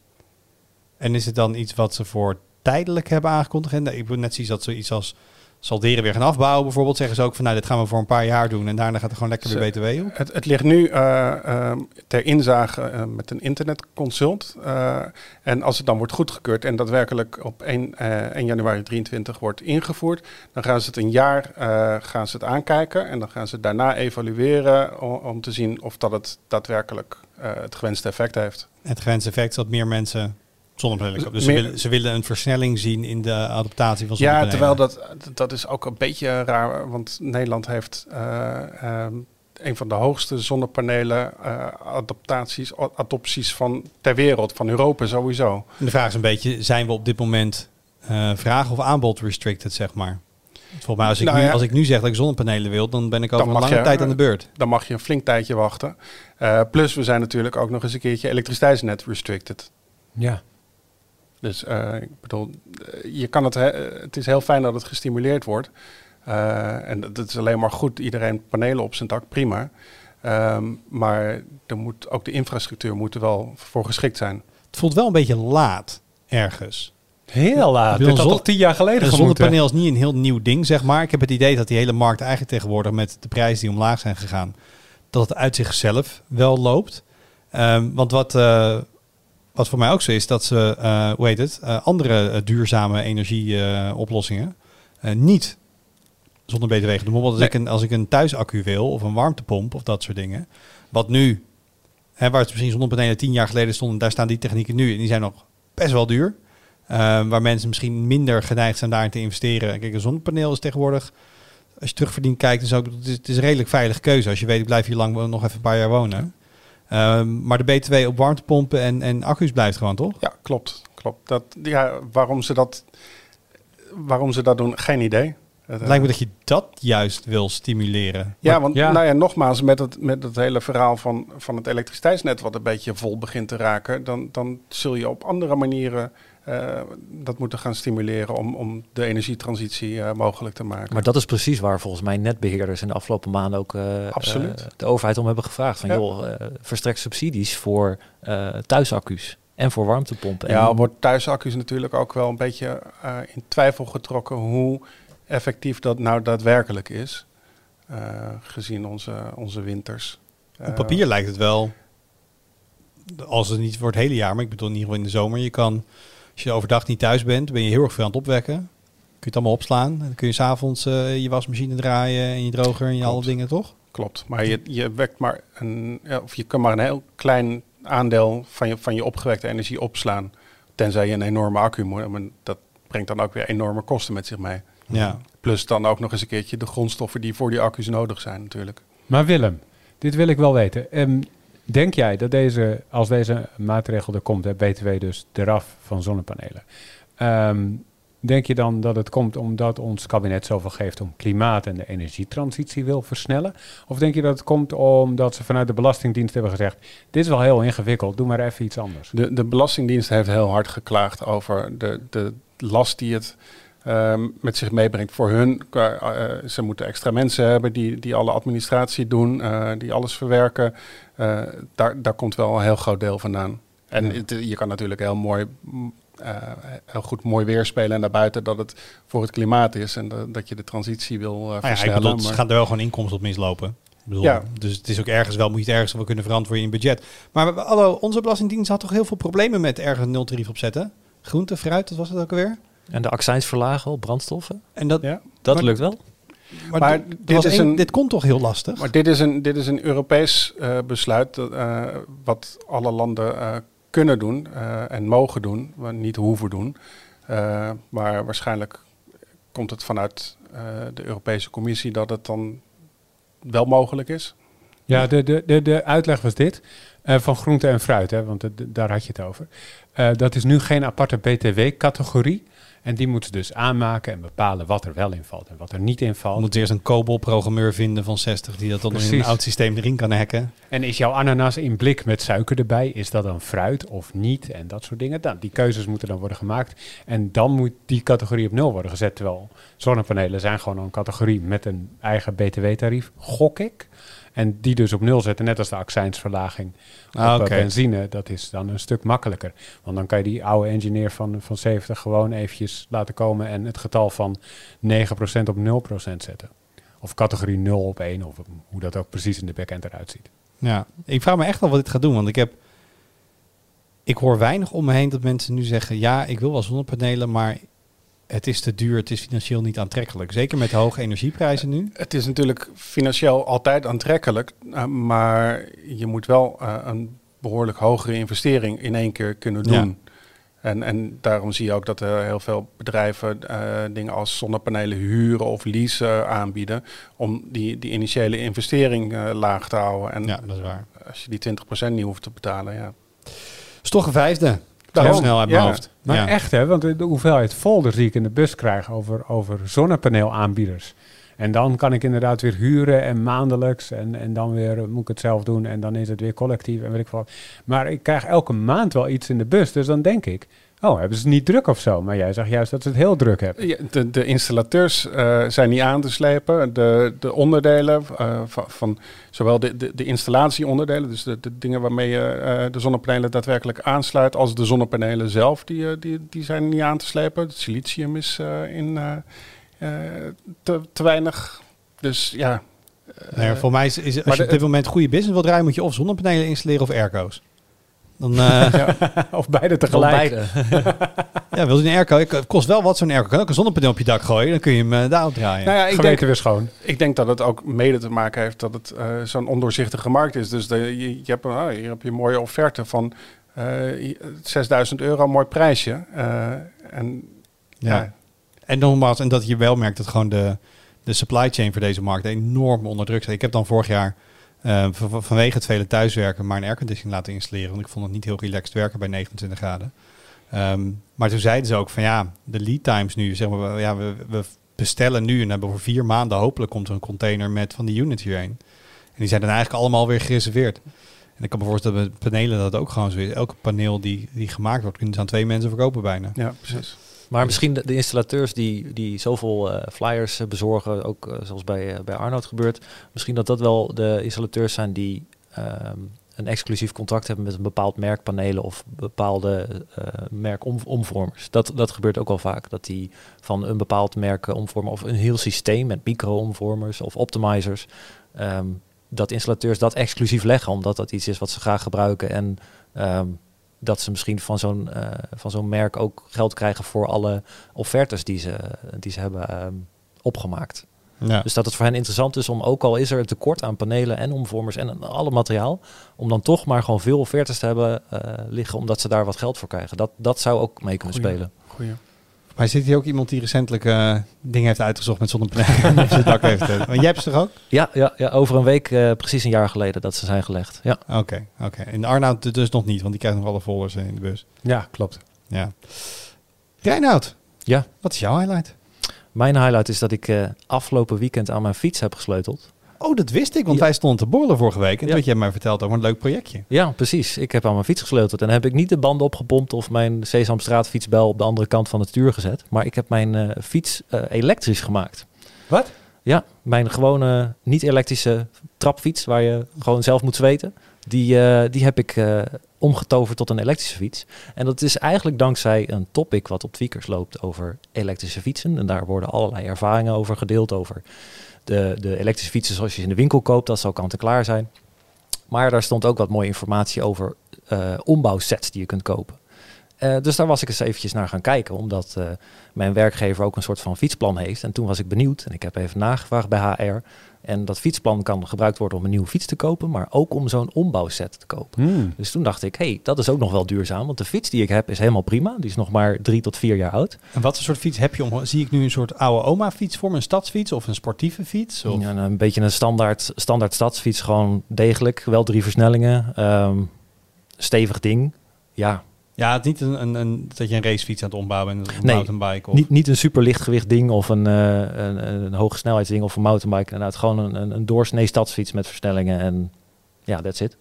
En is het dan iets wat ze voor tijdelijk hebben aangekondigd? En ik wil net zien dat zoiets als salderen weer gaan afbouwen bijvoorbeeld. Zeggen ze ook van, nou, dit gaan we voor een paar jaar doen en daarna gaat er gewoon lekker weer B T W op. Het, het ligt nu uh, uh, ter inzage uh, met een internetconsult. Uh, en als het dan wordt goedgekeurd en daadwerkelijk op één januari drieëntwintig wordt ingevoerd, dan gaan ze het een jaar uh, gaan ze het aankijken en dan gaan ze het daarna evalueren om, om te zien of dat het daadwerkelijk uh, het gewenste effect heeft. Het gewenste effect is dat meer mensen zonnepanelen kopen. Dus meer, ze, willen, ze willen een versnelling zien in de adaptatie van zonnepanelen. Ja, terwijl dat, dat is ook een beetje raar, want Nederland heeft uh, um, een van de hoogste zonnepanelen uh, adaptaties, adopties van ter wereld, van Europa sowieso. En de vraag is een beetje, zijn we op dit moment uh, vraag of aanbod restricted, zeg maar? Volgens mij, als ik, nou nu, ja, als ik nu zeg dat ik zonnepanelen wil, dan ben ik over een lange je, tijd aan de beurt. Dan mag je een flink tijdje wachten. Uh, plus, we zijn natuurlijk ook nog eens een keertje elektriciteitsnet restricted. Ja. Dus uh, ik bedoel, je kan het, he- het is heel fijn dat het gestimuleerd wordt. Uh, en dat is alleen maar goed. Iedereen panelen op zijn dak, prima. Um, maar er moet, ook de infrastructuur moet er wel voor geschikt zijn. Het voelt wel een beetje laat, ergens. Heel laat. Dit had al tien jaar geleden Een gemoeten. zonnepaneel is niet een heel nieuw ding, zeg maar. Ik heb het idee dat die hele markt eigenlijk tegenwoordig met de prijzen die omlaag zijn gegaan, dat het uit zichzelf wel loopt. Um, want wat... Uh, wat voor mij ook zo is, dat ze, uh, hoe heet het, uh, andere uh, duurzame energieoplossingen uh, uh, niet zonder B T W gaan doen. Bijvoorbeeld als, nee. ik een, als ik een thuisaccu wil of een warmtepomp of dat soort dingen. Wat nu, hè, waar het misschien zonnepanelen tien jaar geleden stonden, daar staan die technieken nu en die zijn nog best wel duur. Uh, waar mensen misschien minder geneigd zijn daarin te investeren. Kijk, een zonnepaneel is tegenwoordig, als je terugverdiend kijkt, is ook, het, is, het is een redelijk veilige keuze. Als je weet, ik blijf hier lang nog even een paar jaar wonen. Uh, maar de B T W op warmtepompen en, en accu's blijft gewoon, toch? Ja, klopt. klopt. Dat, ja, waarom, ze dat, waarom ze dat doen, geen idee. Het lijkt me dat je dat juist wil stimuleren. Ja, want ja. Nou ja, nogmaals, met het, met het hele verhaal van, van het elektriciteitsnet wat een beetje vol begint te raken, dan, dan zul je op andere manieren uh, dat moeten gaan stimuleren om, om de energietransitie uh, mogelijk te maken. Maar dat is precies waar volgens mij netbeheerders in de afgelopen maanden ook uh, Absoluut. Uh, de overheid om hebben gevraagd. Van ja. joh, uh, verstrek subsidies voor uh, thuisaccu's en voor warmtepompen. Ja, en wordt thuisaccu's natuurlijk ook wel een beetje uh, in twijfel getrokken hoe effectief dat nou daadwerkelijk is, uh, gezien onze, onze winters. Uh, Op papier lijkt het wel, als het niet voor het hele jaar, maar ik bedoel in ieder geval in de zomer, je kan, als je overdag niet thuis bent, ben je heel erg veel aan het opwekken. Kun je het allemaal opslaan. Dan kun je 's avonds uh, je wasmachine draaien en je droger en je alle dingen, toch? Klopt, maar je, je wekt maar een, of je kan maar een heel klein aandeel van je, van je opgewekte energie opslaan, tenzij je een enorme accu moet. Maar dat brengt dan ook weer enorme kosten met zich mee. Ja. Plus dan ook nog eens een keertje de grondstoffen die voor die accu's nodig zijn natuurlijk. Maar Willem, dit wil ik wel weten. Um, denk jij dat deze, als deze maatregel er komt, hè, B T W dus eraf van zonnepanelen, um, denk je dan dat het komt omdat ons kabinet zoveel geeft om klimaat en de energietransitie wil versnellen? Of denk je dat het komt omdat ze vanuit de Belastingdienst hebben gezegd, dit is wel heel ingewikkeld, doe maar even iets anders? De, de Belastingdienst heeft heel hard geklaagd over de, de last die het Um, met zich meebrengt voor hun. Uh, uh, ze moeten extra mensen hebben die, die alle administratie doen, uh, die alles verwerken. Uh, daar, daar komt wel een heel groot deel vandaan. En ja. het, je kan natuurlijk heel mooi, uh, heel goed mooi weerspelen en daarbuiten dat het voor het klimaat is en de, dat je de transitie wil uh, versnellen. Ja, ik bedoel, maar gaan er wel gewoon inkomsten op mislopen. Ik bedoel, ja. Dus het is ook ergens wel, moet je het ergens wel kunnen verantwoorden in budget. Maar hallo, onze Belastingdienst had toch heel veel problemen met ergens een nultarief opzetten? Groente, fruit, dat was het ook alweer? En de accijns verlagen op brandstoffen? En dat, ja. dat maar, lukt wel. Maar, maar dit, dit, is een, een, dit komt toch heel lastig? Maar dit is een, dit is een Europees uh, besluit uh, wat alle landen uh, kunnen doen uh, en mogen doen, maar niet hoeven doen. Uh, maar waarschijnlijk komt het vanuit uh, de Europese Commissie dat het dan wel mogelijk is. Ja, de, de, de, de uitleg was dit. Uh, van groente en fruit, hè, want de, de, daar had je het over. Uh, dat is nu geen aparte B T W-categorie. En die moeten ze dus aanmaken en bepalen wat er wel in valt en wat er niet in valt. Je moet eerst een COBOL-programmeur vinden van zestig die dat dan in een oud systeem erin kan hacken. En is jouw ananas in blik met suiker erbij? Is dat dan fruit of niet? En dat soort dingen. Nou, die keuzes moeten dan worden gemaakt. En dan moet die categorie op nul worden gezet. Terwijl zonnepanelen zijn gewoon een categorie met een eigen B T W-tarief, gok ik. En die dus op nul zetten, net als de accijnsverlaging ah, op okay. benzine. Dat is dan een stuk makkelijker. Want dan kan je die oude engineer van, van zeventig gewoon eventjes laten komen en het getal van negen procent op nul procent zetten. Of categorie nul op één, of hoe dat ook precies in de backend eruit ziet. Ja, ik vraag me echt al wat dit gaat doen, want ik heb... Ik hoor weinig om me heen dat mensen nu zeggen, ja, ik wil wel zonnepanelen, maar het is te duur, het is financieel niet aantrekkelijk. Zeker met de hoge energieprijzen nu. Het is natuurlijk financieel altijd aantrekkelijk, uh, maar je moet wel uh, een behoorlijk hogere investering in één keer kunnen doen. Ja. En, en daarom zie je ook dat er heel veel bedrijven uh, dingen als zonnepanelen huren of leasen uh, aanbieden om die, die initiële investering uh, laag te houden. En ja, dat is waar. Als je die twintig procent niet hoeft te betalen, ja. Is toch een vijfde. Heel snel uit mijn ja. hoofd. Maar ja. echt hè, want de hoeveelheid folders die ik in de bus krijg over, over zonnepaneelaanbieders. En dan kan ik inderdaad weer huren en maandelijks. En, en dan weer moet ik het zelf doen. En dan is het weer collectief en weet ik wat. Maar ik krijg elke maand wel iets in de bus. Dus dan denk ik, oh, hebben ze het niet druk of zo? Maar jij zegt juist dat ze het heel druk hebben. Ja, de, de installateurs uh, zijn niet aan te slepen. De, de onderdelen uh, van, van zowel de, de, de installatieonderdelen, dus de, de dingen waarmee je uh, de zonnepanelen daadwerkelijk aansluit, als de zonnepanelen zelf, die, uh, die, die zijn niet aan te slepen. Het silicium is uh, in uh, uh, te, te weinig. Dus ja. Uh, nee, voor mij is, is als je op dit moment goede business wil draaien, moet je of zonnepanelen installeren of airco's. Dan, uh, Ja. Of beide Van tegelijk. beide. ja, wil je een airco? Het kost wel wat zo'n airco. Kan ook een zonnepaneel op je dak gooien. Dan kun je hem uh, daarop draaien. Nou ja, ik Geweten denk, weer schoon. ik denk dat het ook mede te maken heeft dat het uh, zo'n ondoorzichtige markt is. Dus de, je, je hebt, uh, hier heb je een mooie offerte van uh, zesduizend euro, mooi prijsje. Uh, en ja. ja. En nogmaals, en dat je wel merkt dat gewoon de, de supply chain voor deze markt enorm onder druk staat. Ik heb dan vorig jaar uh, van, vanwege het vele thuiswerken maar een airconditioning laten installeren. Want ik vond het niet heel relaxed werken bij negenentwintig graden. Um, maar toen zeiden ze ook van ja, de lead times nu, zeg maar, ja, we, we bestellen nu en hebben voor vier maanden hopelijk komt er een container met van die units hierheen. En die zijn dan eigenlijk allemaal weer gereserveerd. En ik kan me voorstellen dat met panelen dat ook gewoon zo is. Elke paneel die, die gemaakt wordt, kunnen ze aan twee mensen verkopen bijna. Ja, precies. Maar misschien de, de installateurs die, die zoveel uh, flyers uh, bezorgen, ook uh, zoals bij, uh, bij Arnoud gebeurt, misschien dat dat wel de installateurs zijn die um, een exclusief contract hebben met een bepaald merk panelen of bepaalde uh, merk om, omvormers. Dat, dat gebeurt ook wel vaak, dat die van een bepaald merk uh, omvormen of een heel systeem met micro-omvormers of optimizers, um, dat installateurs dat exclusief leggen, omdat dat iets is wat ze graag gebruiken en um, dat ze misschien van zo'n, uh, van zo'n merk ook geld krijgen voor alle offertes die ze, die ze hebben um, opgemaakt. Ja. Dus dat het voor hen interessant is om, ook al is er een tekort aan panelen en omvormers en alle materiaal, om dan toch maar gewoon veel offertes te hebben uh, liggen, omdat ze daar wat geld voor krijgen. Dat, dat zou ook mee kunnen Goeie. spelen. Goeie. Maar zit hier ook iemand die recentelijk uh, dingen heeft uitgezocht met zonnepanelen op zijn dak heeft? Uh, want jij hebt ze toch ook? Ja, ja, ja over een week, uh, precies een jaar geleden, dat ze zijn gelegd. Ja. Oké, okay, oké. Okay. En Arnoud dus nog niet, want die krijgt nog alle folders in de bus. Ja, klopt. Ja. Reinoud, Ja. Wat is jouw highlight? Mijn highlight is dat ik uh, afgelopen weekend aan mijn fiets heb gesleuteld. Oh, dat wist ik, want Ja. wij stonden te borrelen vorige week. En Ja. toen had jij mij verteld over een leuk projectje. Ja, precies. Ik heb aan mijn fiets gesleuteld en heb ik niet de banden opgepompt of mijn Sesamstraatfietsbel op de andere kant van het stuur gezet. Maar ik heb mijn uh, fiets uh, elektrisch gemaakt. Wat? Ja, mijn gewone niet-elektrische trapfiets waar je gewoon zelf moet zweten. Die, uh, die heb ik uh, omgetoverd tot een elektrische fiets. En dat is eigenlijk dankzij een topic wat op Tweakers loopt over elektrische fietsen. En daar worden allerlei ervaringen over gedeeld over de, de elektrische fietsen zoals je ze in de winkel koopt. Dat zal kant-en-klaar zijn. Maar daar stond ook wat mooie informatie over uh, ombouwsets die je kunt kopen. Uh, dus daar was ik eens eventjes naar gaan kijken, omdat uh, mijn werkgever ook een soort van fietsplan heeft. En toen was ik benieuwd en ik heb even nagevraagd bij H R. En dat fietsplan kan gebruikt worden om een nieuwe fiets te kopen, maar ook om zo'n ombouwset te kopen. Hmm. Dus toen dacht ik, hé, hey, dat is ook nog wel duurzaam, want de fiets die ik heb is helemaal prima. Die is nog maar drie tot vier jaar oud. En wat voor soort fiets heb je? Om, zie ik nu een soort oude oma fiets voor me, een stadsfiets of een sportieve fiets? Of? Ja, een beetje een standaard, standaard stadsfiets, gewoon degelijk, wel drie versnellingen, um, stevig ding, ja. Ja, het is niet een, een, een, dat je een racefiets aan het ombouwen bent, of een Nee, mountainbike. Of... Niet, niet een super lichtgewicht ding of een, uh, een, een hoge snelheidsding of een mountainbike. Inderdaad, gewoon een, een, een doorsnee stadsfiets met versnellingen en ja, that's it.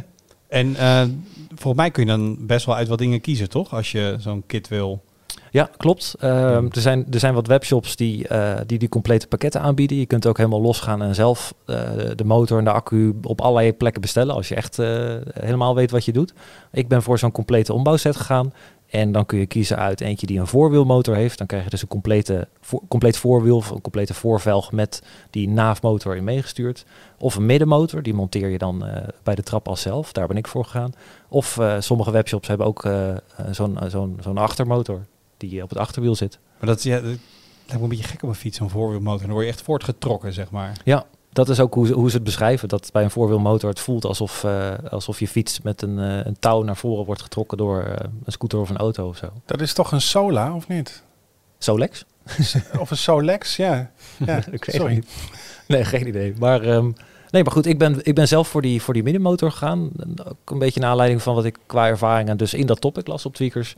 En uh, volgens mij kun je dan best wel uit wat dingen kiezen, toch? Als je zo'n kit wil. Ja, klopt. Uh, Hmm. er, zijn, er zijn wat webshops die, uh, die die complete pakketten aanbieden. Je kunt ook helemaal losgaan en zelf uh, de motor en de accu op allerlei plekken bestellen. Als je echt uh, helemaal weet wat je doet. Ik ben voor zo'n complete ombouwset gegaan. En dan kun je kiezen uit eentje die een voorwielmotor heeft. Dan krijg je dus een complete, voor, compleet voorwiel of een complete voorvelg met die naafmotor in meegestuurd. Of een middenmotor, die monteer je dan uh, bij de trap zelf. Daar ben ik voor gegaan. Of uh, sommige webshops hebben ook uh, zo'n, uh, zo'n, zo'n achtermotor die op het achterwiel zit. Maar dat, ja, dat lijkt me een beetje gek op een fiets, zo'n voorwielmotor. Dan word je echt voortgetrokken, zeg maar. Ja, dat is ook hoe ze, hoe ze het beschrijven. Dat bij een voorwielmotor het voelt alsof, uh, alsof je fiets met een, uh, een touw naar voren wordt getrokken door uh, een scooter of een auto of zo. Dat is toch een Sola, of niet? Solex? Of een Solex, ja. ja Ik weet sorry. niet. Nee, geen idee. Maar, um, nee, maar goed, ik ben, ik ben zelf voor die, voor die middenmotor gegaan. Ook een beetje naar aanleiding van wat ik qua ervaringen dus in dat topic las op Tweakers.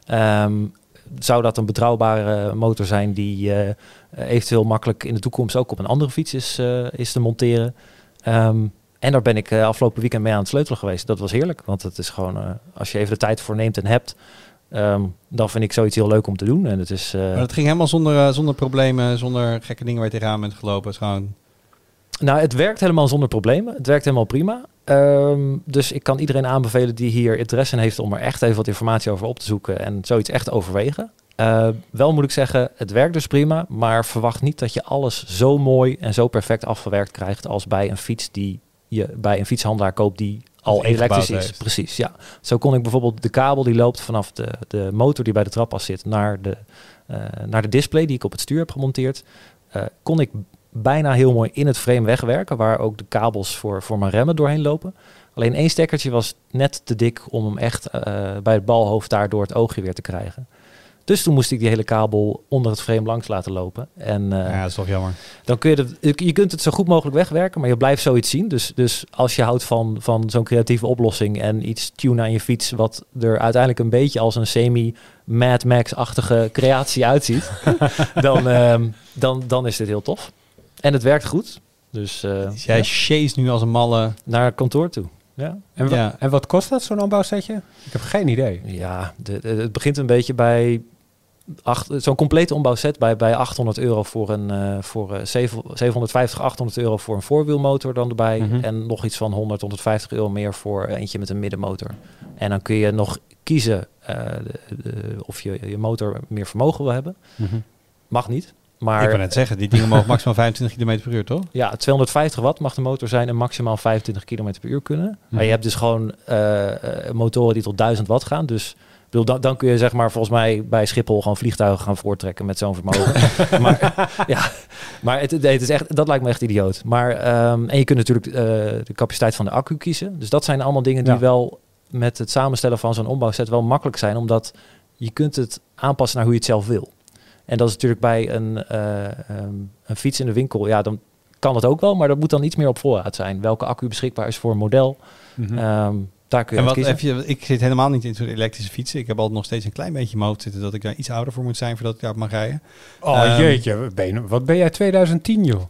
Um, zou dat een betrouwbare motor zijn die uh, eventueel makkelijk in de toekomst ook op een andere fiets is, uh, is te monteren. Um, en daar ben ik uh, afgelopen weekend mee aan het sleutelen geweest. Dat was heerlijk, want het is gewoon, uh, als je even de tijd voor neemt en hebt, um, dan vind ik zoiets heel leuk om te doen. En het is, uh, Maar dat ging helemaal zonder, uh, zonder problemen, zonder gekke dingen waar je tegenaan bent gelopen. Het is gewoon... Nou, het werkt helemaal zonder problemen. Het werkt helemaal prima. Um, dus ik kan iedereen aanbevelen die hier interesse in heeft om er echt even wat informatie over op te zoeken en zoiets echt overwegen. Uh, wel moet ik zeggen, het werkt dus prima, maar verwacht niet dat je alles zo mooi en zo perfect afgewerkt krijgt als bij een fiets die je bij een fietshandelaar koopt die al Dat ingebouwd elektrisch is. heeft. Precies, ja. Zo kon ik bijvoorbeeld de kabel die loopt vanaf de, de motor die bij de trapas zit naar de, uh, naar de display die ik op het stuur heb gemonteerd. Uh, kon ik bijna heel mooi in het frame wegwerken, waar ook de kabels voor, voor mijn remmen doorheen lopen. Alleen één stekkertje was net te dik om hem echt uh, bij het balhoofd daar door het oogje weer te krijgen. Dus toen moest ik die hele kabel onder het frame langs laten lopen. En uh, Ja, dat is toch jammer. dan kun je, het, je kunt het zo goed mogelijk wegwerken, maar je blijft zoiets zien. Dus, dus als je houdt van, van zo'n creatieve oplossing en iets tunen aan je fiets, wat er uiteindelijk een beetje als een semi-Mad Max-achtige creatie uitziet, dan, uh, dan, dan is dit heel tof. En het werkt goed. Dus, uh, Dus jij ja, chase nu als een malle. naar kantoor toe. Ja, En, wa- Ja. en wat kost dat, zo'n aanbouwsetje? Ik heb geen idee. ja de, de- het begint een beetje bij acht- zo'n complete ombouwset bij, bij achthonderd euro voor een uh, voor uh, zeven- zevenhonderdvijftig, achthonderd euro voor een voorwielmotor dan erbij. Mhm. En nog iets van honderd, honderdvijftig euro meer voor eentje met een middenmotor. En dan kun je nog kiezen uh, de, de, of je je motor meer vermogen wil hebben. Mag niet. Maar Ik wil net zeggen, die dingen mogen maximaal vijfentwintig kilometer per uur, toch? ja, tweehonderdvijftig watt mag de motor zijn en maximaal vijfentwintig kilometer per uur kunnen. Maar Mhm. je hebt dus gewoon uh, uh, motoren die tot duizend watt gaan. Dus ik bedoel, dan, dan kun je zeg maar volgens mij bij Schiphol gewoon vliegtuigen gaan voortrekken met zo'n vermogen. maar ja, maar het, nee, het is echt, dat lijkt me echt idioot. Maar, um, en je kunt natuurlijk uh, de capaciteit van de accu kiezen. Dus dat zijn allemaal dingen die Ja. wel met het samenstellen van zo'n ombouwset wel makkelijk zijn. Omdat je kunt het aanpassen naar hoe je het zelf wil. En dat is natuurlijk bij een, uh, um, een fiets in de winkel. Ja, dan kan het ook wel, maar dat moet dan iets meer op voorraad zijn. Welke accu beschikbaar is voor een model. Mhm. Um, daar kun je En uit wat kiezen. heb je, ik zit helemaal niet in zo'n elektrische fietsen. Ik heb altijd nog steeds een klein beetje in mijn hoofd zitten dat ik daar iets ouder voor moet zijn voordat ik daarop mag rijden. Oh Ehm, jeetje, wat ben, je- wat ben jij twintig tien, joh?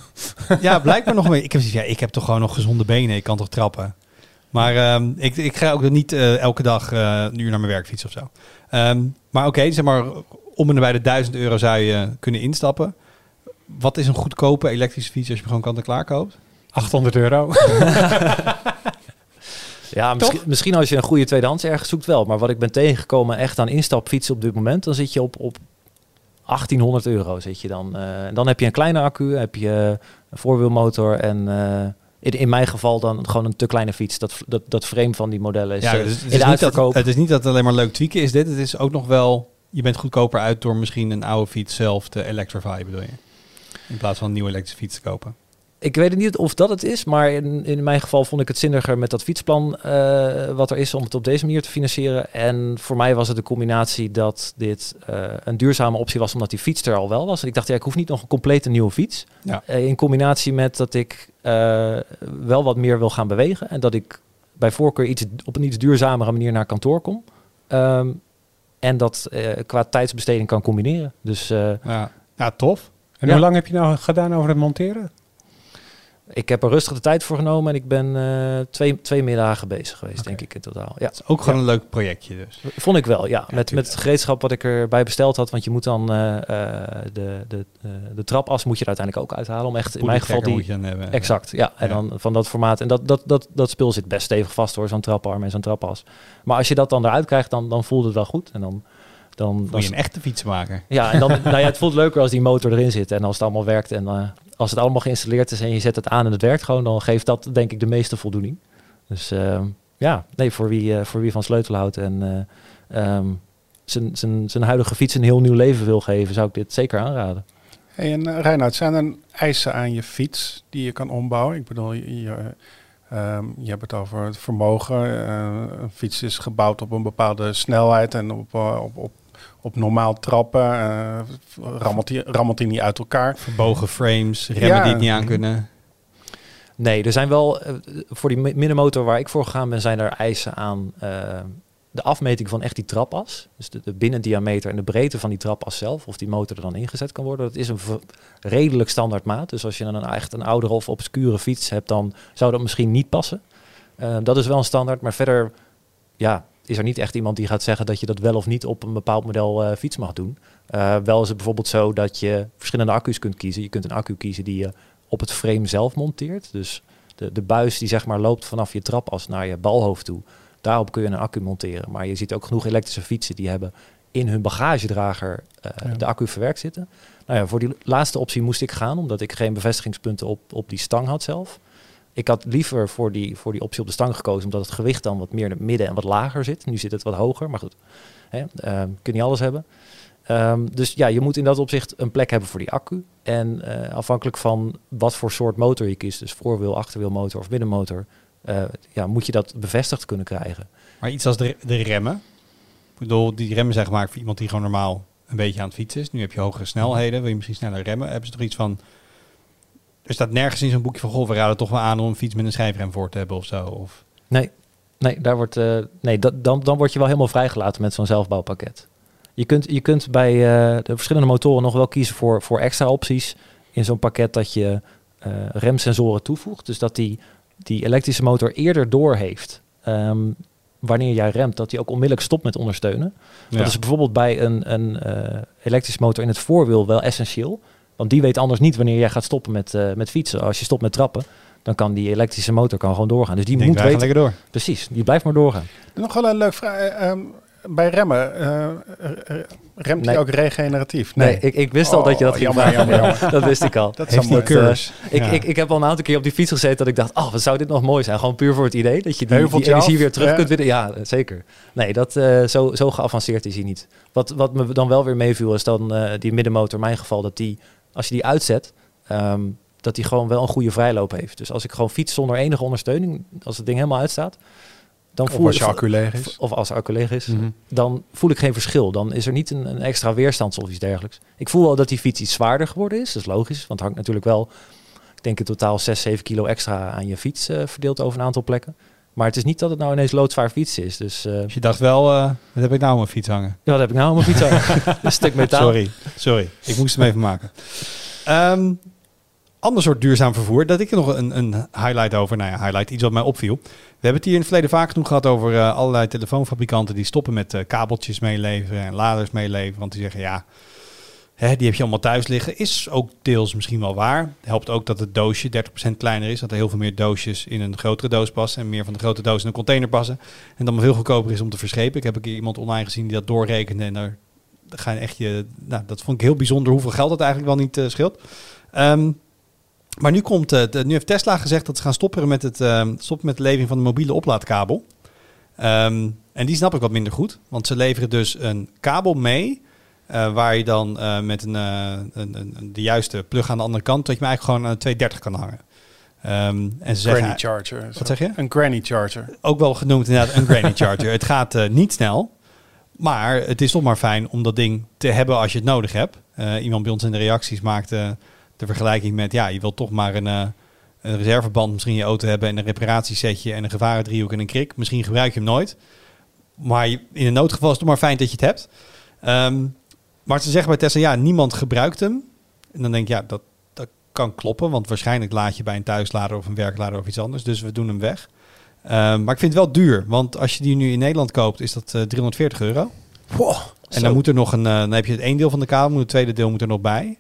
Ja, blijkbaar nog mee. Ik heb, zoiets, ja, ik heb toch gewoon nog gezonde benen. Ik kan toch trappen. Maar ehm, ik, ik ga ook niet uh, elke dag uh, een uur naar mijn werk fietsen of zo. Um, maar oké, okay, zeg maar om en bij de duizend euro zou je kunnen instappen. Wat is een goedkope elektrische fiets als je hem gewoon kant-en-klaar koopt? achthonderd euro. Ja, misschien, misschien als je een goede tweedehands ergens zoekt wel. Maar wat ik ben tegengekomen echt aan instapfietsen op dit moment, dan zit je op, op achttienhonderd euro. Zit je dan. Uh, dan heb je een kleine accu, heb je een voorwielmotor en uh, in, in mijn geval dan gewoon een te kleine fiets. Dat, dat, dat frame van die modellen is, ja, uh, dus het, in is de niet uitverkoop. dat, het is niet dat het alleen maar leuk tweaken is dit. Het is ook nog wel, je bent goedkoper uit door misschien een oude fiets zelf te electrifyen, bedoel je? In plaats van een nieuwe elektrische fiets te kopen. Ik weet niet of dat het is, maar in, in mijn geval vond ik het zinniger met dat fietsplan uh, wat er is om het op deze manier te financieren. En voor mij was het de combinatie dat dit uh, een duurzame optie was, omdat die fiets er al wel was. En ik dacht, ja, ik hoef niet nog een complete nieuwe fiets. Ja. Uh, in combinatie met dat ik uh, wel wat meer wil gaan bewegen en dat ik bij voorkeur iets, op een iets duurzamere manier naar kantoor kom. Um, en dat uh, qua tijdsbesteding kan combineren. Dus uh, ja. ja, tof. En Ja. hoe lang heb je nou gedaan over het monteren? ik heb er rustig de tijd voor genomen en ik ben uh, twee, twee middagen bezig geweest, Oké. denk ik in totaal. Ja. Het is ook gewoon een leuk projectje dus. Vond ik wel, ja. Ja, met, met tuurlijk. het gereedschap wat ik erbij besteld had. Want je moet dan uh, uh, de, de, uh, de trapas moet je er uiteindelijk ook uithalen. Om echt in mijn geval die... Moet je dan hebben. Exact, ja. En Ja. dan van dat formaat. En dat, dat, dat, dat spul zit best stevig vast hoor, zo'n traparm en zo'n trapas. Maar als je dat dan eruit krijgt, dan, dan voelt het wel goed. En dan... dan, Voel dan je een echte fietsenmaker. ja, en dan, nou ja, het voelt leuker als die motor erin zit en als het allemaal werkt. En uh, als het allemaal geïnstalleerd is en je zet het aan en het werkt gewoon, dan geeft dat denk ik de meeste voldoening. Dus uh, ja, nee, voor wie, uh, voor wie van sleutel houdt en uh, um, zijn, zijn, zijn huidige fiets een heel nieuw leven wil geven, zou ik dit zeker aanraden. Hey, en uh, Reinoud, zijn er eisen aan je fiets die je kan ombouwen? Ik bedoel, je, je, um, je hebt het over het vermogen. Uh, een fiets is gebouwd op een bepaalde snelheid en op, uh, op, op op normaal trappen, uh, rammelt hij rammelt hij niet uit elkaar. Verbogen frames, remmen Ja. die het niet aan kunnen. Nee, er zijn wel, uh, voor die middenmotor waar ik voor gegaan ben, zijn er eisen aan uh, de afmeting van echt die trapas. Dus de, de binnendiameter en de breedte van die trapas zelf, of die motor er dan ingezet kan worden. Dat is een v- redelijk standaard maat. Dus als je dan een, echt een oudere of obscure fiets hebt, dan zou dat misschien niet passen. Uh, dat is wel een standaard, maar verder, ja, is er niet echt iemand die gaat zeggen dat je dat wel of niet op een bepaald model uh, fiets mag doen. Uh, wel is het bijvoorbeeld zo dat je verschillende accu's kunt kiezen. Je kunt een accu kiezen die je op het frame zelf monteert. Dus de, de buis die zeg maar loopt vanaf je trapas naar je balhoofd toe. Daarop kun je een accu monteren. Maar je ziet ook genoeg elektrische fietsen die hebben in hun bagagedrager uh, Ja. de accu verwerkt zitten. Nou ja, voor die laatste optie moest ik gaan, omdat ik geen bevestigingspunten op, op die stang had zelf. Ik had liever voor die, voor die optie op de stang gekozen, omdat het gewicht dan wat meer in het midden en wat lager zit. Nu zit het wat hoger, maar goed, hè, uh, kun je niet alles hebben. Um, dus ja, je moet in dat opzicht een plek hebben voor die accu. En uh, afhankelijk van wat voor soort motor je kiest, dus voorwiel, achterwielmotor of middenmotor, uh, ja, moet je dat bevestigd kunnen krijgen. Maar iets als de, de remmen. Ik bedoel, die remmen zijn gemaakt voor iemand die gewoon normaal een beetje aan het fietsen is. Nu heb je hogere snelheden, wil je misschien sneller remmen. Hebben ze toch iets van... Er staat nergens in zo'n boekje van, goh, we raden toch wel aan om een fiets met een schijfrem voor te hebben of zo? Of... Nee, nee, daar wordt, uh, nee dat, dan, dan word je wel helemaal vrijgelaten met zo'n zelfbouwpakket. Je kunt, je kunt bij uh, de verschillende motoren nog wel kiezen voor, voor extra opties in zo'n pakket dat je uh, remsensoren toevoegt. Dus dat die, die elektrische motor eerder door heeft um, wanneer jij remt, dat die ook onmiddellijk stopt met ondersteunen. Ja. Dat is bijvoorbeeld bij een, een uh, elektrische motor in het voorwiel wel essentieel. Want die weet anders niet wanneer jij gaat stoppen met, uh, met fietsen. Als je stopt met trappen, dan kan die elektrische motor kan gewoon doorgaan. Dus die Denk moet weten. Lekker door. Precies, die blijft maar doorgaan. Nog wel een leuk vraag. Um, bij remmen, uh, remt nee. hij ook regeneratief? Nee, nee ik, ik wist al oh, dat je dat ging jammer, vragen. jammer, jammer. Dat wist ik al. Dat is mooi. Uh, ik, ja. ik, ik heb al een aantal keer op die fiets gezeten dat ik dacht, oh, wat zou dit nog mooi zijn? Gewoon puur voor het idee dat je die, die energie weer terug ja. kunt winnen. Ja, zeker. Nee, dat, uh, zo, zo geavanceerd is hij niet. Wat, wat me dan wel weer meeviel is dan uh, die middenmotor, in mijn geval, dat die, als je die uitzet, um, dat die gewoon wel een goede vrijloop heeft. Dus als ik gewoon fiets zonder enige ondersteuning, als het ding helemaal uitstaat, dan voel of als je accu leeg is. Of als de accu leeg is. Mm-hmm. Dan voel ik geen verschil. Dan is er niet een, een extra weerstand of iets dergelijks. Ik voel wel dat die fiets iets zwaarder geworden is. Dat is logisch. Want het hangt natuurlijk wel, ik denk in totaal zes, zeven kilo extra aan je fiets uh, verdeeld over een aantal plekken. Maar het is niet dat het nou ineens loodzwaar fiets is. Dus, uh, dus je dacht wel, uh, wat heb ik nou aan mijn fiets hangen? Ja, wat heb ik nou aan mijn fiets hangen? Een stuk metaal. Sorry, sorry. Ik moest hem even maken. Um, ander soort duurzaam vervoer. Dat ik er nog een, een highlight over. Nou ja, highlight. Iets wat mij opviel. We hebben het hier in het verleden vaak genoeg gehad over uh, allerlei telefoonfabrikanten die stoppen met uh, kabeltjes meeleveren en laders meeleveren. Want die zeggen, ja, hè, die heb je allemaal thuis liggen. Is ook deels misschien wel waar. Helpt ook dat het doosje dertig procent kleiner is. Dat er heel veel meer doosjes in een grotere doos passen en meer van de grote doos in een container passen. En dan veel goedkoper is om te verschepen. Ik heb een keer iemand online gezien die dat doorrekende en daar ga je echt je... Nou, dat vond ik heel bijzonder hoeveel geld dat eigenlijk wel niet uh, scheelt. Um, Maar nu, komt, uh, de, nu heeft Tesla gezegd dat ze gaan stoppen met, het, uh, stoppen met de levering van de mobiele oplaadkabel. Um, en die snap ik wat minder goed. Want ze leveren dus een kabel mee. Uh, waar je dan uh, met een, uh, een, een, de juiste plug aan de andere kant, dat je hem eigenlijk gewoon aan de tweehonderddertig kan hangen. Um, en ze granny zeggen, charger. Wat zeg je? Een granny charger. Ook wel genoemd inderdaad een granny charger. Het gaat uh, niet snel. Maar het is toch maar fijn om dat ding te hebben als je het nodig hebt. Uh, iemand bij ons in de reacties maakte de vergelijking met, ja, je wilt toch maar een, uh, een reserveband misschien in je auto hebben en een reparatiesetje en een gevarendriehoek en een krik. Misschien gebruik je hem nooit. Maar je, in een noodgeval is het toch maar fijn dat je het hebt. Um, maar ze zeggen bij Tesla, ja, niemand gebruikt hem. En dan denk ik, ja, dat, dat kan kloppen. Want waarschijnlijk laad je bij een thuislader of een werklader of iets anders. Dus we doen hem weg. Um, maar ik vind het wel duur. Want als je die nu in Nederland koopt, is dat uh, driehonderdveertig euro. Wow, en dan moet er nog een, uh, dan heb je het één deel van de kabel, het tweede deel moet er nog bij.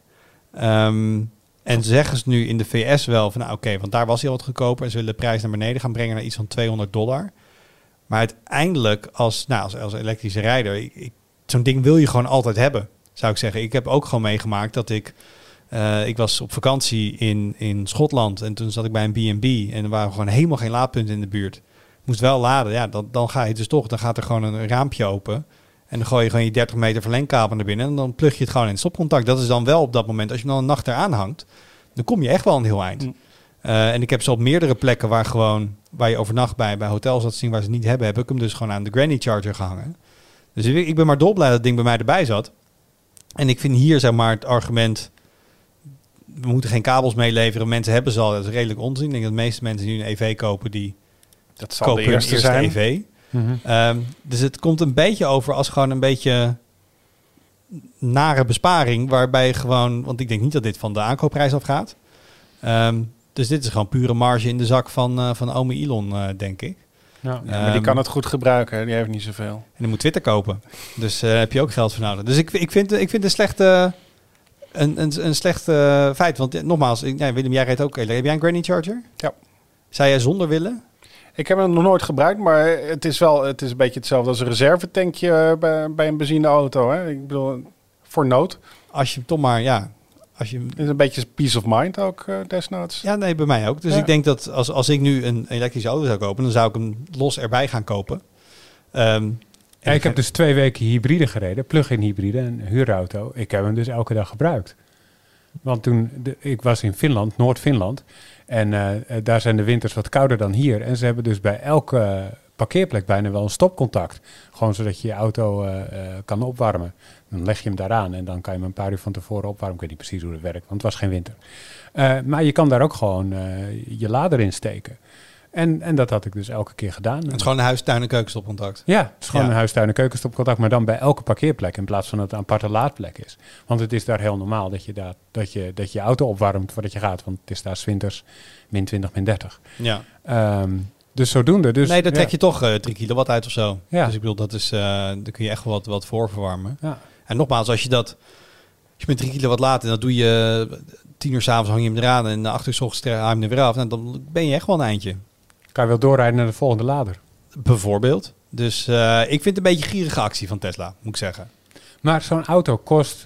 Um, en zeggen ze nu in de V S wel van, nou oké, okay, want daar was hij al wat goedkoper. En ze willen de prijs naar beneden gaan brengen naar iets van tweehonderd dollar. Maar uiteindelijk als, nou, als, als elektrische rijder, ik, ik, zo'n ding wil je gewoon altijd hebben, zou ik zeggen. Ik heb ook gewoon meegemaakt dat ik, uh, ik was op vakantie in, in Schotland en toen zat ik bij een B en B en er waren gewoon helemaal geen laadpunten in de buurt. Moest wel laden, ja, dan, dan ga je dus toch, dan gaat er gewoon een raampje open. En dan gooi je gewoon je dertig meter verlengkabel naar binnen en dan plug je het gewoon in het stopcontact. Dat is dan wel op dat moment, als je dan een nacht eraan hangt, dan kom je echt wel een heel eind. Mm. Uh, en ik heb ze op meerdere plekken waar gewoon, waar je overnacht bij, bij hotels dat zien waar ze het niet hebben, heb ik hem dus gewoon aan de granny charger gehangen. Dus ik, ik ben maar dolblij dat het ding bij mij erbij zat. En ik vind hier zeg maar het argument, we moeten geen kabels meeleveren, mensen hebben ze al, dat is redelijk onzin. Ik denk dat de meeste mensen die nu een E V kopen, die dat zal kopen de eerste, eerste zijn. E V. Mm-hmm. Um, dus het komt een beetje over als gewoon een beetje nare besparing, waarbij je gewoon, want ik denk niet dat dit van de aankoopprijs afgaat. Um, dus dit is gewoon pure marge in de zak van, uh, van ome Elon, uh, denk ik. Ja, ja, maar um, die kan het goed gebruiken, hè? Die heeft niet zoveel. En die moet Twitter kopen. Dus uh, heb je ook geld voor nodig. Dus ik, ik vind ik vind een slechte, een, een, een slecht uh, feit. Want uh, nogmaals, ik, ja, Willem, jij rijdt ook. Heb jij een granny charger? Ja. Zou jij zonder willen? Ik heb hem nog nooit gebruikt, maar het is wel, het is een beetje hetzelfde als een reservetankje bij, bij een benzineauto. Hè? Ik bedoel, voor nood. Als je toch maar, ja, als je... Het is een beetje peace of mind ook, uh, desnoods. Ja, nee, bij mij ook. Dus ja. ik denk dat als, als ik nu een elektrische auto zou kopen, dan zou ik hem los erbij gaan kopen. Um, Ja, ik heb dus twee weken hybride gereden, plug-in hybride, een huurauto. Ik heb hem dus elke dag gebruikt. Want toen, de, ik was in Finland, Noord-Finland, en uh, daar zijn de winters wat kouder dan hier. En ze hebben dus bij elke parkeerplek bijna wel een stopcontact. Gewoon zodat je je auto uh, uh, kan opwarmen. Dan leg je hem daaraan en dan kan je hem een paar uur van tevoren opwarmen. Ik weet niet precies hoe dat werkt, want het was geen winter. Uh, maar je kan daar ook gewoon uh, je lader in steken. En, en dat had ik dus elke keer gedaan. Het is gewoon een huis, tuin en keukenstopcontact. Ja, het is gewoon Ja. een huis, tuin en keukenstopcontact, maar dan bij elke parkeerplek in plaats van dat het een aparte laadplek is. Want het is daar heel normaal dat je, daar, dat je, dat je je auto opwarmt voordat je gaat, want het is daar 's winters min twintig, min dertig. Ja. Um, dus zodoende. Dus, nee, dan trek ja. je toch uh, drie kilowatt uit of zo. Ja. Dus ik bedoel, dat is, uh, daar kun je echt wel wat, wat voor verwarmen. Ja. En nogmaals, als je dat, als je met drie kilowatt laat en dat doe je tien uur s'avonds hang je hem eraan en acht uur 's ochtends haal je hem er weer af, nou, dan ben je echt wel een eindje. Kan je wel doorrijden naar de volgende lader. Bijvoorbeeld. Dus uh, ik vind het een beetje een gierige actie van Tesla, moet ik zeggen. Maar zo'n auto kost,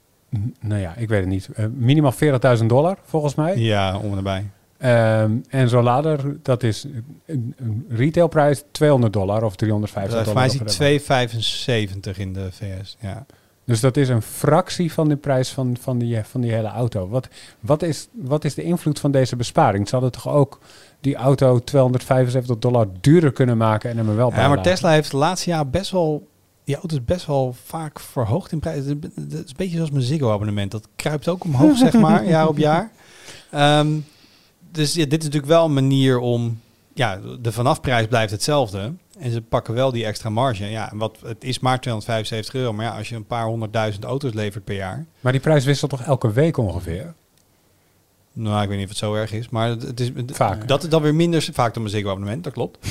n- nou ja, ik weet het niet, uh, minimaal veertigduizend dollar volgens mij. Ja, om en nabij. Um, en zo'n lader, dat is een, een retailprijs tweehonderd dollar of driehonderdvijftig Uh, voor dollar. mij is die twee vijfenzeventig in de V S. Ja. Dus dat is een fractie van de prijs van, van, die, van die hele auto. Wat, wat, is, wat is de invloed van deze besparing? Ze hadden toch ook die auto tweehonderdvijfenzeventig dollar duurder kunnen maken en hem er wel bij Ja, maar laten? Tesla heeft de laatste jaar best wel, die auto is best wel vaak verhoogd in prijs. Het is een beetje zoals mijn Ziggo-abonnement. Dat kruipt ook omhoog, zeg maar, jaar op jaar. Um, dus ja, dit is natuurlijk wel een manier om, ja, de vanafprijs blijft hetzelfde. En ze pakken wel die extra marge. Ja, wat, het is maar tweehonderdvijfenzeventig euro. Maar ja, als je een paar honderdduizend auto's levert per jaar. Maar die prijs wisselt toch elke week ongeveer? Nou, ik weet niet of het zo erg is. Maar het is, Vaak. dat is dan weer minder vaak dan mijn Ziggo-abonnement. Dat klopt.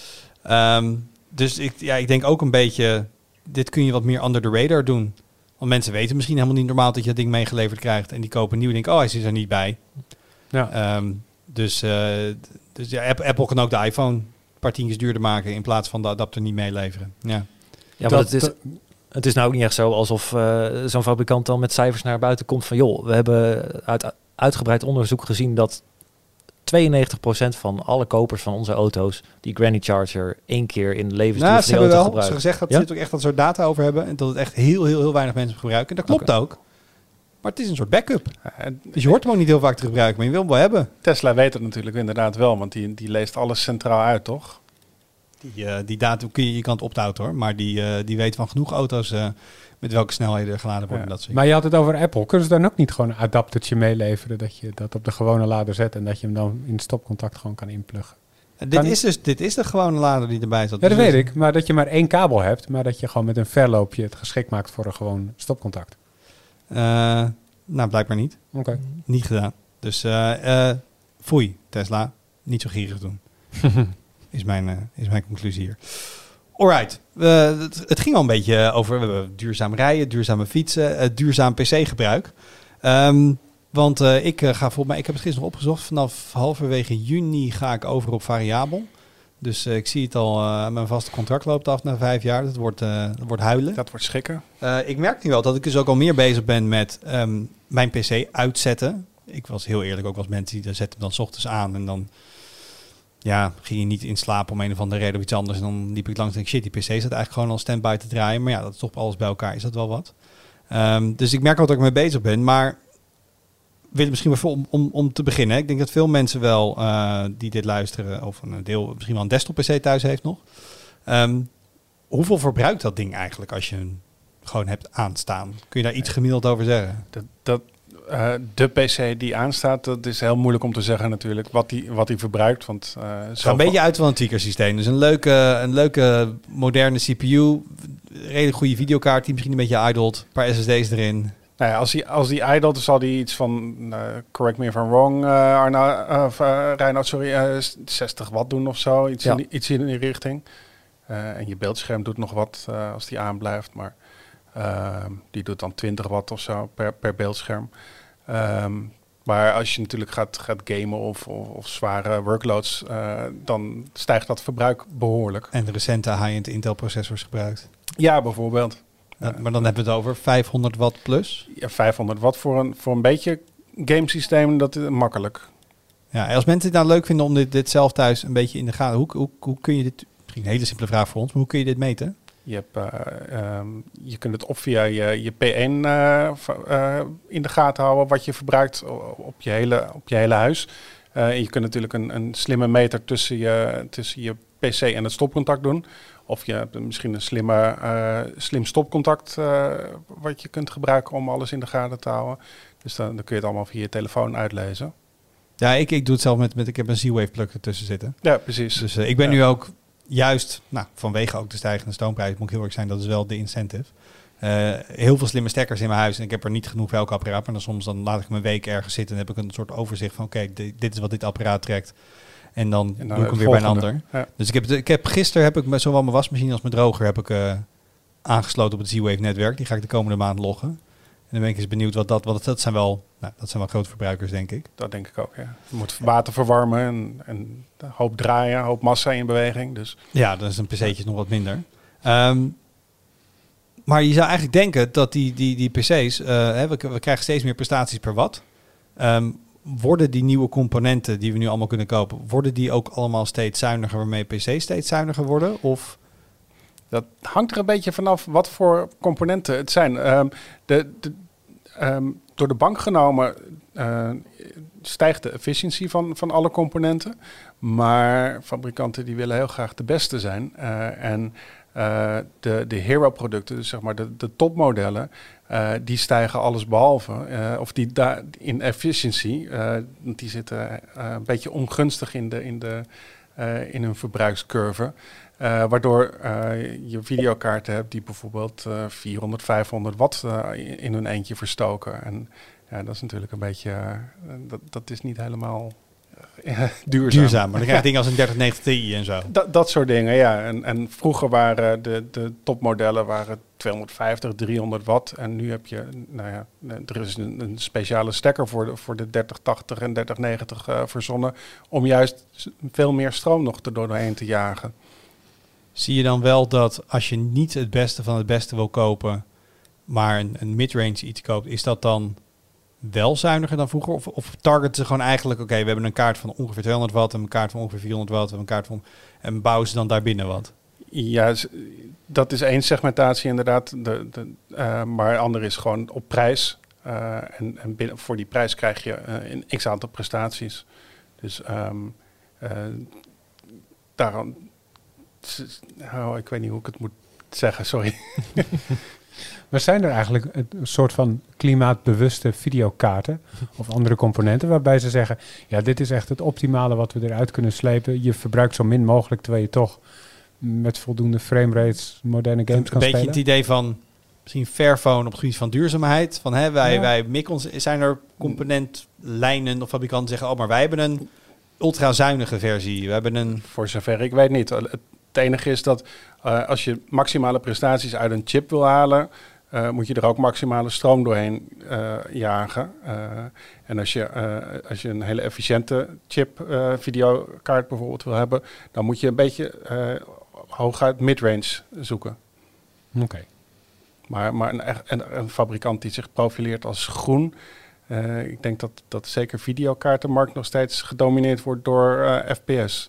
um, dus ik, ja, ik denk ook een beetje, dit kun je wat meer under the radar doen. Want mensen weten misschien helemaal niet normaal dat je dat ding meegeleverd krijgt. En die kopen nieuw en denken, oh, hij is er niet bij. Ja. Um, dus uh, dus ja, Apple, Apple kan ook de iPhone een paar tientjes duurder maken in plaats van de adapter niet meeleveren. Ja, Ja, maar het is, het is nou ook niet echt zo alsof uh, zo'n fabrikant dan met cijfers naar buiten komt van, joh, we hebben uit uitgebreid onderzoek gezien dat tweeënnegentig procent van alle kopers van onze auto's die Granny Charger één keer in de levensduur nou, van die auto wel, gebruiken. ze gezegd dat ja? ze ook echt dat soort data over hebben en dat het echt heel, heel, heel weinig mensen gebruiken. En dat klopt Okay. ook. Maar het is een soort backup. Uh, Dus je hoort hem ook niet heel vaak te gebruiken, maar je wil hem wel hebben. Tesla weet het natuurlijk inderdaad wel, want die, die leest alles centraal uit, toch? Die, uh, die data kun je, je kan het optouwen hoor, maar die, uh, die weet van genoeg auto's uh, met welke snelheden er geladen worden. Ja. Dat soort. Maar je had het over Apple. Kunnen ze dan ook niet gewoon een adaptertje meeleveren dat je dat op de gewone lader zet en dat je hem dan in stopcontact gewoon kan inpluggen? En dit, is dus, dit is de gewone lader die erbij zat. Ja, dat dus weet ik. Maar dat je maar één kabel hebt, maar dat je gewoon met een verloopje het geschikt maakt voor een gewoon stopcontact. Uh, nou, blijkbaar niet. Oké. Okay. Niet gedaan. Dus uh, uh, foei, Tesla. Niet zo gierig doen. is, mijn, uh, is mijn conclusie hier. Alright. Uh, het, het ging al een beetje over we hebben duurzaam rijden, duurzame fietsen, uh, duurzaam P C-gebruik. Um, want uh, ik uh, ga volgens mij, ik heb het gisteren opgezocht, vanaf halverwege juni ga ik over op variabel. Dus uh, ik zie het al, uh, mijn vaste contract loopt af na vijf jaar. Dat wordt, uh, dat wordt huilen. Dat wordt schikken. Uh, ik merk nu wel dat ik dus ook al meer bezig ben met um, mijn P C uitzetten. Ik was heel eerlijk ook als mensen die zetten hem dan 's ochtends aan en dan ja, ging je niet in slaap om een of andere reden of iets anders. En dan liep ik langs en denk shit, die P C staat eigenlijk gewoon al stand-by te draaien. Maar ja, dat is toch alles bij elkaar, is dat wel wat. Um, dus ik merk wel dat ik mee bezig ben, maar wil misschien wel om, om, om te beginnen. Ik denk dat veel mensen wel uh, die dit luisteren, of een deel misschien wel een desktop P C thuis heeft nog. Um, hoeveel verbruikt dat ding eigenlijk als je hem gewoon hebt aanstaan? Kun je daar iets gemiddeld over zeggen? Dat, dat, uh, de P C die aanstaat, dat is heel moeilijk om te zeggen natuurlijk wat die, wat die verbruikt. Want, uh, het gaat een beetje uit van een tweakersysteem. Dus een leuke, een leuke moderne C P U, een redelijk goede videokaart die misschien een beetje idelt, een paar S S D's erin. Nou ja, als die, als die idelt, zal die iets van, uh, correct me if I'm wrong, uh, Arna, uh, uh, Reinoud, sorry, uh, zestig watt doen of zo. Iets, ja. in, die, iets in die richting. Uh, en je beeldscherm doet nog wat uh, als die aanblijft, maar uh, die doet dan twintig watt of zo per, per beeldscherm. Um, maar als je natuurlijk gaat, gaat gamen of, of, of zware workloads, uh, dan stijgt dat verbruik behoorlijk. En de recente high-end Intel processors gebruikt. Ja, bijvoorbeeld. Dat, maar dan hebben we het over vijfhonderd watt plus. Ja, vijfhonderd watt voor een, voor een beetje gamesysteem, dat is makkelijk. Ja, en als mensen het nou leuk vinden om dit, dit zelf thuis een beetje in de gaten... Hoe, hoe, hoe kun je dit... Misschien een hele simpele vraag voor ons, maar hoe kun je dit meten? Je, hebt, uh, um, je kunt het op via je, je P één uh, uh, in de gaten houden wat je verbruikt op je hele, op je hele huis. Uh, en je kunt natuurlijk een, een slimme meter tussen je, tussen je P C en het stopcontact doen. Of je hebt misschien een slimme, uh, slim stopcontact uh, wat je kunt gebruiken om alles in de gaten te houden. Dus dan, dan kun je het allemaal via je telefoon uitlezen. Ja, ik, ik doe het zelf met, met ik heb een Z-Wave plug ertussen zitten. Ja, precies. Dus uh, ik ben ja. nu ook juist, nou, vanwege ook de stijgende stoomprijs, moet ik heel erg zijn, dat is wel de incentive. Uh, heel veel slimme stekkers in mijn huis en ik heb er niet genoeg voor elk apparaat, maar dan soms dan laat ik me een week ergens zitten en heb ik een soort overzicht van oké, okay, dit is wat dit apparaat trekt. En dan, en dan doe ik hem weer volgende. bij een ander. Ja. Dus ik heb, ik heb gisteren heb ik zowel mijn wasmachine als mijn droger heb ik uh, aangesloten op het Z-Wave netwerk. Die ga ik de komende maand loggen. En dan ben ik eens benieuwd wat dat, want dat zijn wel, nou, dat zijn wel grote verbruikers, denk ik. Dat denk ik ook, ja. Je moet water verwarmen en, en een hoop draaien, een hoop massa in beweging. Dus. Ja, dan is een P C'tje nog wat minder. Um, maar je zou eigenlijk denken dat die, die, die P C's, uh, hè, we, we krijgen steeds meer prestaties per watt. Um, worden die nieuwe componenten die we nu allemaal kunnen kopen, worden die ook allemaal steeds zuiniger, waarmee P C's steeds zuiniger worden? Of... Dat hangt er een beetje vanaf wat voor componenten het zijn. Um, de, de, um, door de bank genomen uh, stijgt de efficiëntie van, van alle componenten. Maar fabrikanten die willen heel graag de beste zijn. Uh, en uh, de, de hero-producten, dus zeg maar de, de topmodellen, uh, die stijgen alles behalve. Uh, of die da- in efficiëntie, uh, die zitten uh, een beetje ongunstig in, de, in, de, uh, in hun verbruikscurve. Uh, waardoor uh, je videokaarten hebt die bijvoorbeeld uh, vierhonderd, vijfhonderd watt uh, in, in hun eentje verstoken. En ja, dat is natuurlijk een beetje, uh, dat, dat is niet helemaal uh, duurzaam. Duurzaam, maar dan krijg je dingen als een dertig negentig Ti en zo. Dat, dat soort dingen, ja. En, en vroeger waren de, de topmodellen waren tweehonderdvijftig, driehonderd watt. En nu heb je, nou ja, er is een, een speciale stekker voor de, voor de dertig tachtig en dertig negentig uh, verzonnen om juist veel meer stroom nog er doorheen te jagen. Zie je dan wel dat als je niet het beste van het beste wil kopen, maar een, een mid-range iets koopt, is dat dan wel zuiniger dan vroeger? Of, of targeten ze gewoon eigenlijk, oké, okay, we hebben een kaart van ongeveer tweehonderd watt en een kaart van ongeveer vierhonderd watt en een kaart van, en bouwen ze dan daarbinnen wat? Ja, dat is één segmentatie inderdaad, de, de, uh, maar de andere is gewoon op prijs. Uh, en en binnen, voor die prijs krijg je uh, een x-aantal prestaties. Dus um, uh, daarom... Oh, ik weet niet hoe ik het moet zeggen, sorry. Maar zijn er eigenlijk een soort van klimaatbewuste videokaarten of andere componenten waarbij ze zeggen, ja, dit is echt het optimale wat we eruit kunnen slepen. Je verbruikt zo min mogelijk, terwijl je toch met voldoende framerates moderne games kan spelen? Een beetje het idee van misschien Fairphone op het gebied van duurzaamheid. Van hè, wij, ja. wij mikken ons, zijn er componentlijnen of fabrikanten zeggen, oh, maar wij hebben een ultrazuinige versie. We hebben een... Voor zover ik weet niet. Het enige is dat uh, als je maximale prestaties uit een chip wil halen, uh, moet je er ook maximale stroom doorheen uh, jagen. Uh, en als je, uh, als je een hele efficiënte chip uh, videokaart bijvoorbeeld wil hebben, dan moet je een beetje uh, hooguit midrange zoeken. Oké. Okay. Maar, maar een, een, een fabrikant die zich profileert als groen, uh, ik denk dat, dat zeker videokaartenmarkt nog steeds gedomineerd wordt door uh, F P S.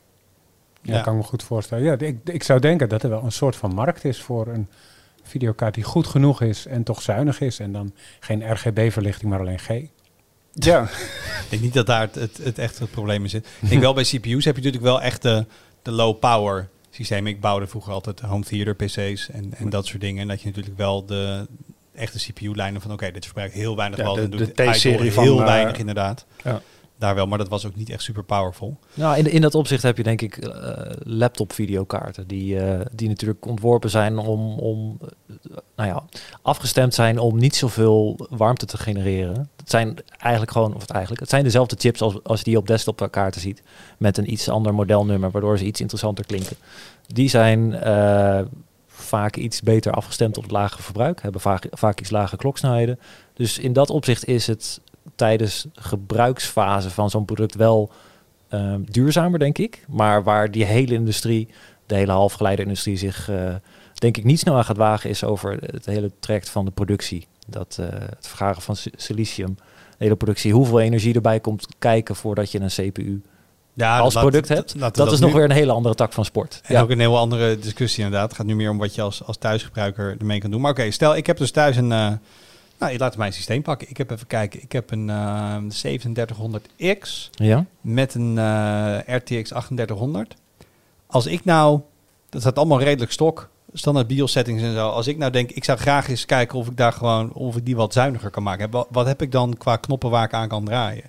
Ja, ja, kan ik me goed voorstellen. Ja, ik, ik zou denken dat er wel een soort van markt is voor een videokaart die goed genoeg is en toch zuinig is. En dan geen R G B-verlichting, maar alleen G. Ja. Ik denk niet dat daar het, het, het echt het probleem in zit. Ik denk wel bij C P U's heb je natuurlijk wel echt de, de low power systemen. Ik bouwde vroeger altijd home theater P C's en, en dat soort dingen. En dat je natuurlijk wel de echte C P U-lijnen van oké, okay, dit verbruikt heel weinig ja, watt. De, doet de T-serie van... Heel uh, weinig inderdaad. Ja. Daar wel, maar dat was ook niet echt super powerful. Nou, in, in dat opzicht heb je denk ik uh, laptop-videokaarten die, uh, die natuurlijk ontworpen zijn om, om uh, nou ja, afgestemd zijn om niet zoveel warmte te genereren. Het zijn eigenlijk gewoon, of het eigenlijk, het zijn dezelfde chips als, als die je op desktopkaarten ziet, met een iets ander modelnummer, waardoor ze iets interessanter klinken. Die zijn uh, vaak iets beter afgestemd op het lage verbruik, hebben vaak, vaak iets lage kloksnelheden. Dus in dat opzicht is het tijdens gebruiksfase van zo'n product wel uh, duurzamer, denk ik. Maar waar die hele industrie, de hele halfgeleiderindustrie zich uh, denk ik niet snel aan gaat wagen, is over het hele traject van de productie. Dat uh, het vergaren van si- silicium, de hele productie, hoeveel energie erbij komt kijken voordat je een C P U Ja, als laat- product hebt. laten we Dat, is nu- nog weer een hele andere tak van sport. En ook een heel andere discussie inderdaad. Het gaat nu meer om wat je als, als thuisgebruiker ermee kan doen. Maar oké, stel ik heb dus thuis een... Uh, nou, laat mijn systeem pakken. Ik heb even kijken. Ik heb een uh, zevenendertighonderd X Ja? met een uh, R T X achtendertighonderd. Als ik nou... Dat staat allemaal redelijk stok. Standaard BIOS settings en zo. Als ik nou denk, ik zou graag eens kijken of ik daar gewoon... Of ik die wat zuiniger kan maken. Wat, wat heb ik dan qua knoppen waar ik aan kan draaien?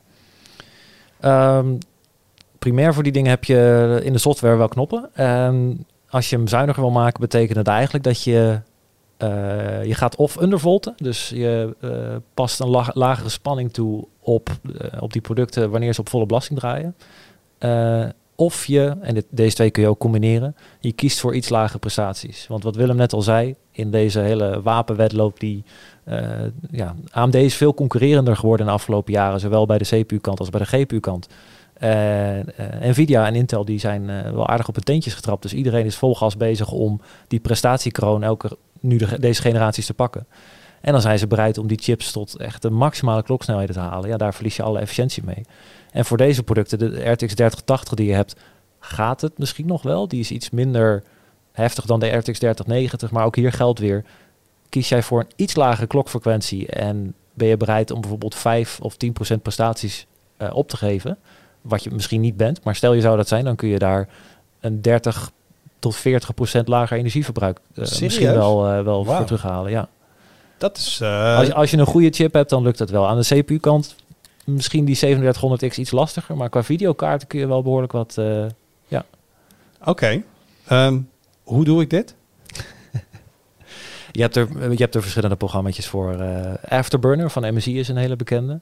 Um, primair voor die dingen heb je in de software wel knoppen. En als je hem zuiniger wil maken, betekent het eigenlijk dat je... Uh, je gaat of undervolten, dus je uh, past een la- lagere spanning toe op, uh, op die producten wanneer ze op volle belasting draaien. Uh, of je, en dit, deze twee kun je ook combineren, je kiest voor iets lagere prestaties. Want wat Willem net al zei, in deze hele wapenwedloop, die uh, ja, A M D is veel concurrerender geworden in de afgelopen jaren, zowel bij de C P U-kant als bij de G P U-kant. Uh, uh, Nvidia en Intel die zijn uh, wel aardig op hun teentjes getrapt. Dus iedereen is vol gas bezig om die prestatiekroon elke nu de, deze generaties te pakken. En dan zijn ze bereid om die chips tot echt de maximale kloksnelheden te halen. Ja, daar verlies je alle efficiëntie mee. En voor deze producten, de R T X dertig tachtig die je hebt, gaat het misschien nog wel. Die is iets minder heftig dan de R T X dertig negentig. Maar ook hier geldt weer, kies jij voor een iets lagere klokfrequentie en ben je bereid om bijvoorbeeld vijf of tien procent prestaties uh, op te geven, wat je misschien niet bent, maar stel je zou dat zijn, dan kun je daar een dertig tot veertig procent lager energieverbruik uh, misschien wel, uh, wel wow. voor terughalen. Ja. Dat is... Uh... Als, als je een goede chip hebt, dan lukt dat wel. Aan de C P U-kant misschien die zevenendertighonderd X iets lastiger, maar qua videokaarten kun je wel behoorlijk wat... Uh, ja. Oké. Okay. Um, hoe doe ik dit? je, hebt er, je hebt er verschillende programma's voor. Uh, Afterburner van M S I is een hele bekende.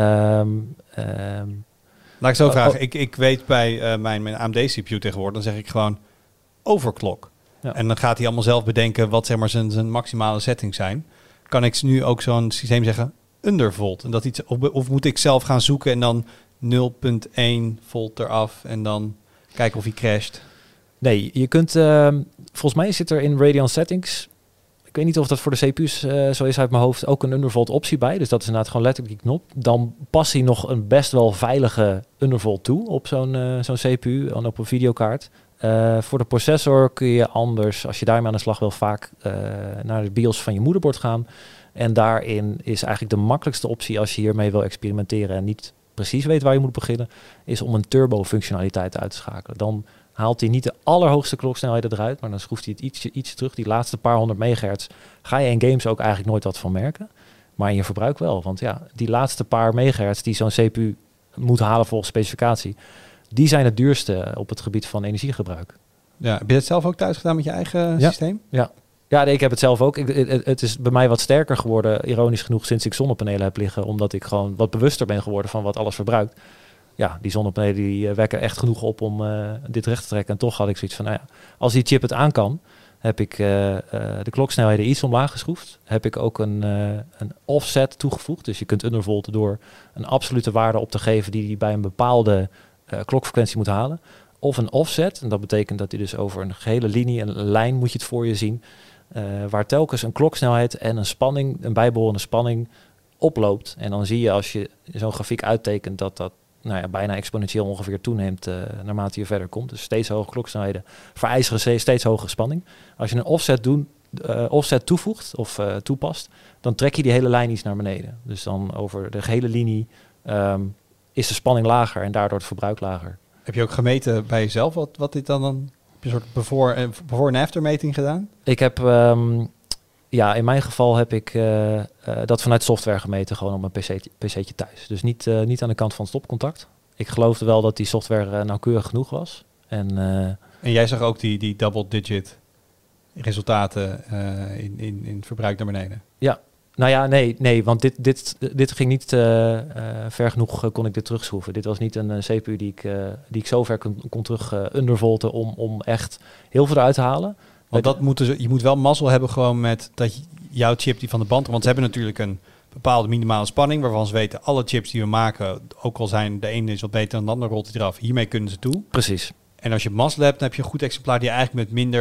Um, um, Laat ik zo vragen. Oh, oh. Ik, ik weet bij uh, mijn, mijn A M D C P U tegenwoordig, dan zeg ik gewoon overclock. Ja. En dan gaat hij allemaal zelf bedenken wat zeg maar zijn, zijn maximale settings zijn. Kan ik nu ook zo'n systeem zeggen undervolt? En dat iets, of, of moet ik zelf gaan zoeken en dan nul komma één volt eraf en dan kijken of hij crasht? Nee, je kunt... Uh, volgens mij zit er in Radeon settings... Ik weet niet of dat voor de C P U's uh, zo is uit mijn hoofd, ook een undervolt optie bij. Dus dat is inderdaad gewoon letterlijk die knop. Dan past hij nog een best wel veilige undervolt toe op zo'n, uh, zo'n C P U en op een videokaart. Uh, voor de processor kun je anders, als je daarmee aan de slag wil, vaak uh, naar de BIOS van je moederbord gaan. En daarin is eigenlijk de makkelijkste optie als je hiermee wil experimenteren en niet precies weet waar je moet beginnen, is om een turbo-functionaliteit uit te schakelen. Dan haalt hij niet de allerhoogste kloksnelheden eruit, maar dan schroeft hij het ietsje, ietsje terug. Die laatste paar honderd megahertz ga je in games ook eigenlijk nooit wat van merken. Maar in je verbruik wel. Want ja, die laatste paar megahertz die zo'n C P U moet halen volgens specificatie, die zijn het duurste op het gebied van energiegebruik. Ja, heb je het zelf ook thuis gedaan met je eigen ja. systeem? Ja. Ja, nee, ik heb het zelf ook. Ik, het, het is bij mij wat sterker geworden, ironisch genoeg, sinds ik zonnepanelen heb liggen. Omdat ik gewoon wat bewuster ben geworden van wat alles verbruikt. Ja, die zonnepanelen die uh, wekken echt genoeg op om uh, dit recht te trekken. En toch had ik zoiets van, nou ja, als die chip het aan kan, heb ik uh, uh, de kloksnelheden iets omlaag geschroefd. Heb ik ook een, uh, een offset toegevoegd. Dus je kunt undervolten door een absolute waarde op te geven die hij bij een bepaalde uh, klokfrequentie moet halen. Of een offset, en dat betekent dat hij dus over een gehele linie, een lijn moet je het voor je zien, uh, waar telkens een kloksnelheid en een spanning, een bijbehorende spanning oploopt. En dan zie je als je zo'n grafiek uittekent dat dat nou ja, bijna exponentieel ongeveer toeneemt uh, naarmate je verder komt. Dus steeds hogere kloksnelheden vereisen steeds hogere spanning. Als je een offset, doen, uh, offset toevoegt of uh, toepast, dan trek je die hele lijn iets naar beneden. Dus dan over de gehele linie um, is de spanning lager en daardoor het verbruik lager. Heb je ook gemeten bij jezelf wat, wat dit dan, dan heb je een soort before, uh, before en after meting gedaan? Ik heb, um, ja, in mijn geval heb ik uh, uh, dat vanuit software gemeten, gewoon op mijn pc'tje, pc'tje thuis. Dus niet, uh, niet aan de kant van stopcontact. Ik geloofde wel dat die software uh, nauwkeurig genoeg was. En, uh, en jij zag ook die, die double digit resultaten uh, in, in, in het verbruik naar beneden? Ja. Nou ja, nee, nee, want dit, dit, dit ging niet uh, uh, ver genoeg, uh, kon ik dit terugschroeven. Dit was niet een uh, C P U die ik, uh, die ik zo ver kon, kon terug uh, undervolten om, om echt heel veel eruit te halen. Want dat moeten ze, je moet wel mazzel hebben gewoon met dat jouw chip die van de band... Want ze hebben natuurlijk een bepaalde minimale spanning, waarvan ze weten alle chips die we maken, ook al zijn de ene is wat beter dan de ander, rolt hij eraf. Hiermee kunnen ze toe. Precies. En als je mazzel hebt, dan heb je een goed exemplaar die eigenlijk met minder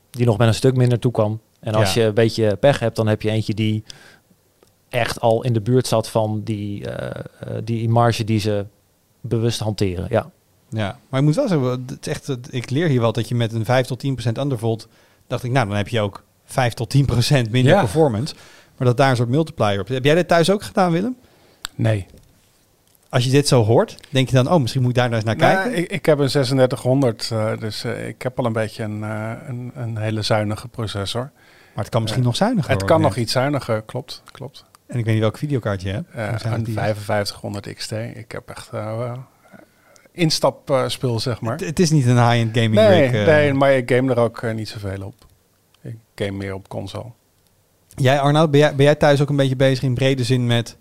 die nog met een stuk minder toekwam. En als Ja. je een beetje pech hebt, dan heb je eentje die echt al in de buurt zat van die, uh, uh, die marge die ze bewust hanteren. Ja. Ja, maar ik moet wel zeggen, het is echt, ik leer hier wel dat je met een vijf tot tien procent undervolt, dacht ik, nou, dan heb je ook vijf tot tien procent minder Ja. performance. Maar dat daar een soort multiplier op zit. Heb jij dit thuis ook gedaan, Willem? Nee. Als je dit zo hoort, denk je dan, oh, misschien moet ik daar nou eens naar Nou, kijken? ik, ik heb een zesendertighonderd, uh, dus uh, ik heb al een beetje een, uh, een, een hele zuinige processor. Maar het kan misschien uh, nog zuiniger Het kan worden. nog iets zuiniger, klopt. klopt. En ik weet niet welk videokaart je hebt. Uh, Hoe zuinig een die is. vijfenvijftighonderd X T. Ik heb echt uh, instapspul, uh, zeg maar. Het, het is niet een high-end gaming Nee, rig. Uh. nee, maar ik game er ook uh, niet zoveel op. Ik game meer op console. Jij, Arnoud, ben jij, ben jij thuis ook een beetje bezig in brede zin met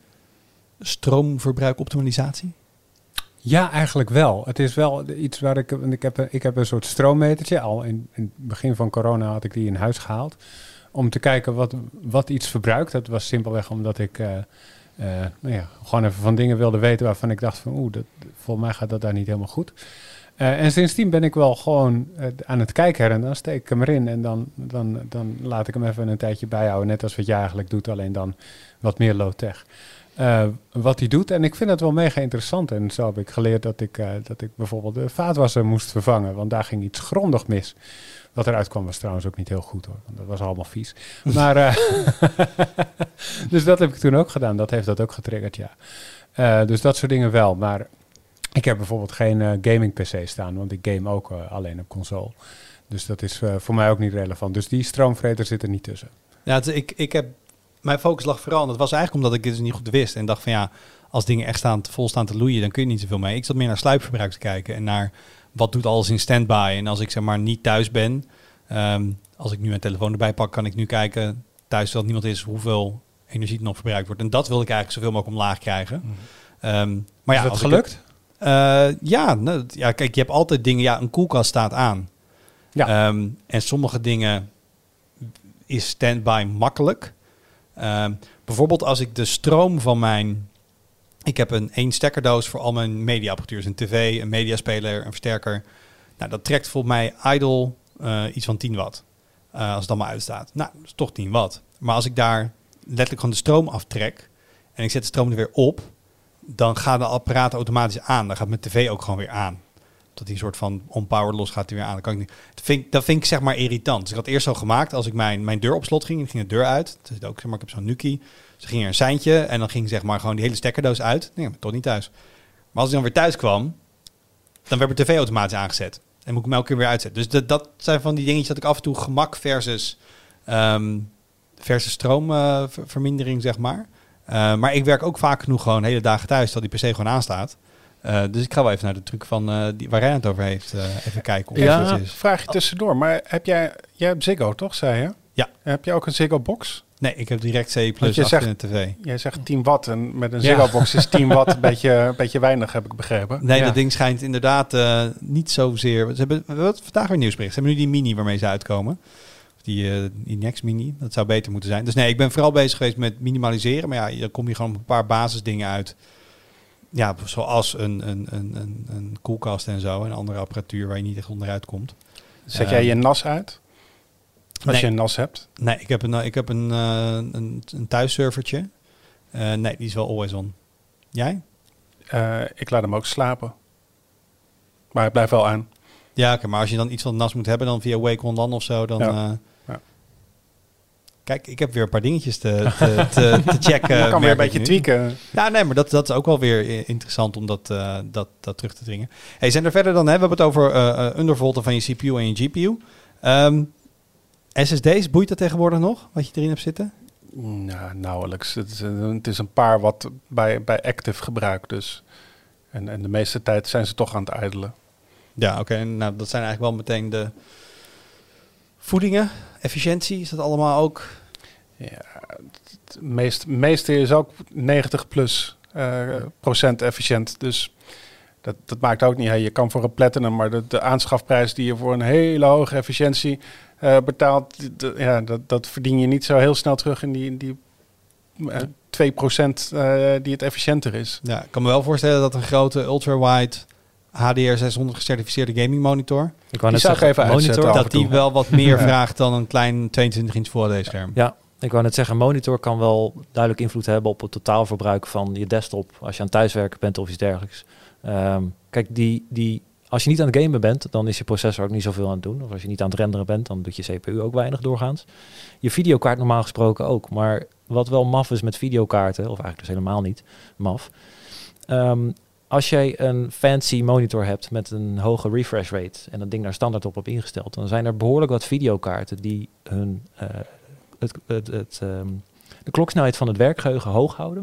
stroomverbruikoptimalisatie? Ja, eigenlijk wel. Het is wel iets waar ik... Ik heb, ik heb een soort stroommetertje. Al in, in het begin van corona had ik die in huis gehaald. Om te kijken wat, wat iets verbruikt. Dat was simpelweg omdat ik uh, uh, nou ja, gewoon even van dingen wilde weten waarvan ik dacht van oeh, dat, volgens mij gaat dat daar niet helemaal goed. Uh, en sindsdien ben ik wel gewoon uh, aan het kijken en dan steek ik hem erin en dan, dan, dan laat ik hem even een tijdje bijhouden. Net als wat jij eigenlijk doet, alleen dan wat meer low-tech. Uh, wat hij doet. En ik vind het wel mega interessant. En zo heb ik geleerd dat ik, uh, dat ik bijvoorbeeld de vaatwasser moest vervangen. Want daar ging iets grondig mis. Wat eruit kwam was trouwens ook niet heel goed hoor. Want dat was allemaal vies. Maar uh, dus dat heb ik toen ook gedaan. Dat heeft dat ook getriggerd, ja. Uh, dus dat soort dingen wel. Maar ik heb bijvoorbeeld geen uh, gaming P C staan. Want ik game ook uh, alleen op console. Dus dat is uh, voor mij ook niet relevant. Dus die stroomvreter zit er niet tussen. Ja, het, ik, ik heb... Mijn focus lag vooral, en dat was eigenlijk omdat ik dit dus niet goed wist. En dacht van ja, als dingen echt staan, vol staan te loeien, dan kun je niet zoveel mee. Ik zat meer naar sluipverbruik te kijken en naar wat doet alles in standby. En als ik zeg maar niet thuis ben, um, als ik nu mijn telefoon erbij pak, kan ik nu kijken thuis dat niemand is hoeveel energie er nog verbruikt wordt. En dat wil ik eigenlijk zoveel mogelijk omlaag krijgen. Mm. Um, maar is ja, dat gelukt? Het, uh, ja, nou, ja, kijk, je hebt altijd dingen, ja, een koelkast staat aan. Ja. Um, en sommige dingen is standby makkelijk. Uh, bijvoorbeeld als ik de stroom van mijn... Ik heb een één stekkerdoos voor al mijn mediaapparatuur. Een tv, een mediaspeler, een versterker. Nou, dat trekt volgens mij idle uh, iets van tien watt. Uh, als het allemaal uitstaat. Nou, dat is toch tien watt. Maar als ik daar letterlijk gewoon de stroom aftrek... en ik zet de stroom er weer op... dan gaan de apparaten automatisch aan. Dan gaat mijn tv ook gewoon weer aan. Dat die soort van on-power los gaat, die weer aan. Dat, kan ik niet. Dat, vind ik, dat vind ik zeg maar irritant. Dus ik had eerst zo gemaakt, als ik mijn, mijn deur op slot ging, dan ging de deur uit. Dat is ook, zeg maar, ik heb zo'n Nuki. Dus ging er een seintje en dan ging zeg maar gewoon die hele stekkerdoos uit. Nee, maar toch niet thuis. Maar als ik dan weer thuis kwam, dan werd mijn tv automatisch aangezet. En moet ik hem elke keer weer uitzetten. Dus dat, dat zijn van die dingetjes dat ik af en toe gemak versus, um, versus stroomvermindering, uh, zeg maar. Uh, maar ik werk ook vaak genoeg gewoon hele dagen thuis, dat die P C gewoon aanstaat. Uh, dus ik ga wel even naar de truc van uh, die, waar hij het over heeft. Uh, even kijken of ja, het is. Vraag je tussendoor. Maar heb jij, jij hebt Ziggo, toch, zei je? Ja. Heb je ook een Ziggo-box? Nee, ik heb direct C plus achter in de tv. Jij zegt tien watt en met een Ziggo-box ja. is tien watt een beetje, een beetje weinig, heb ik begrepen. Nee, ja. dat ding schijnt inderdaad uh, niet zozeer... Ze hebben, we hebben vandaag weer nieuwsbericht. Ze hebben nu die mini waarmee ze uitkomen. Die, uh, die Next Mini, dat zou beter moeten zijn. Dus nee, ik ben vooral bezig geweest met minimaliseren. Maar ja, dan kom je gewoon op een paar basisdingen uit. Ja, zoals een, een, een, een, een koelkast en zo. En andere apparatuur waar je niet echt onderuit komt. Zet uh, jij je N A S uit? Als nee. je een N A S hebt? Nee, ik heb een, ik heb een, uh, een, een thuisservertje. Uh, nee, die is wel always on. Jij? Uh, ik laat hem ook slapen. Maar hij blijft wel aan. Ja, okay, maar als je dan iets van N A S moet hebben, dan via Wake on LAN of zo, dan... Ja. Uh, ja. Kijk, ik heb weer een paar dingetjes te, te, te, te checken. Je kan weer een beetje tweaken. Ja, nee, maar dat, dat is ook wel weer interessant om dat, uh, dat, dat terug te dringen. Hey, zijn er verder dan, hè, we hebben het over uh, undervolten van je C P U en je G P U. Um, S S D's, boeit dat tegenwoordig nog, wat je erin hebt zitten? Nou, nauwelijks. Het is, het is een paar wat bij, bij active gebruik dus. En, en de meeste tijd zijn ze toch aan het idelen. Ja, oké. Okay. Nou, dat zijn eigenlijk wel meteen de voedingen. Efficiëntie, is dat allemaal ook? Ja, het meest, meeste is ook negentig plus uh, procent efficiënt. Dus dat, dat maakt ook niet. Hey, je kan voor een platinum, maar de, de aanschafprijs die je voor een hele hoge efficiëntie uh, betaalt, de, ja, dat, dat verdien je niet zo heel snel terug in die, in die uh, twee procent uh, die het efficiënter is. Ja, ik kan me wel voorstellen dat een grote ultra-wide H D R zeshonderd gecertificeerde gaming monitor. Ik wou Die net zou ik zeggen, even uitzetten monitor, af en Dat die toe. wel wat meer vraagt dan een klein tweeëntwintig inch Full H D scherm. Ja, ik wou net zeggen, een monitor kan wel duidelijk invloed hebben op het totaalverbruik van je desktop als je aan het thuiswerken bent of iets dergelijks. Um, kijk, die, die, als je niet aan het gamen bent, dan is je processor ook niet zoveel aan het doen. Of als je niet aan het renderen bent, dan doet je C P U ook weinig doorgaans. Je videokaart normaal gesproken ook. Maar wat wel maf is met videokaarten, of eigenlijk dus helemaal niet maf. Um, als jij een fancy monitor hebt met een hoge refresh rate en dat ding daar standaard op op ingesteld, dan zijn er behoorlijk wat videokaarten die hun uh, het, het, het, um, de kloksnelheid van het werkgeheugen hoog houden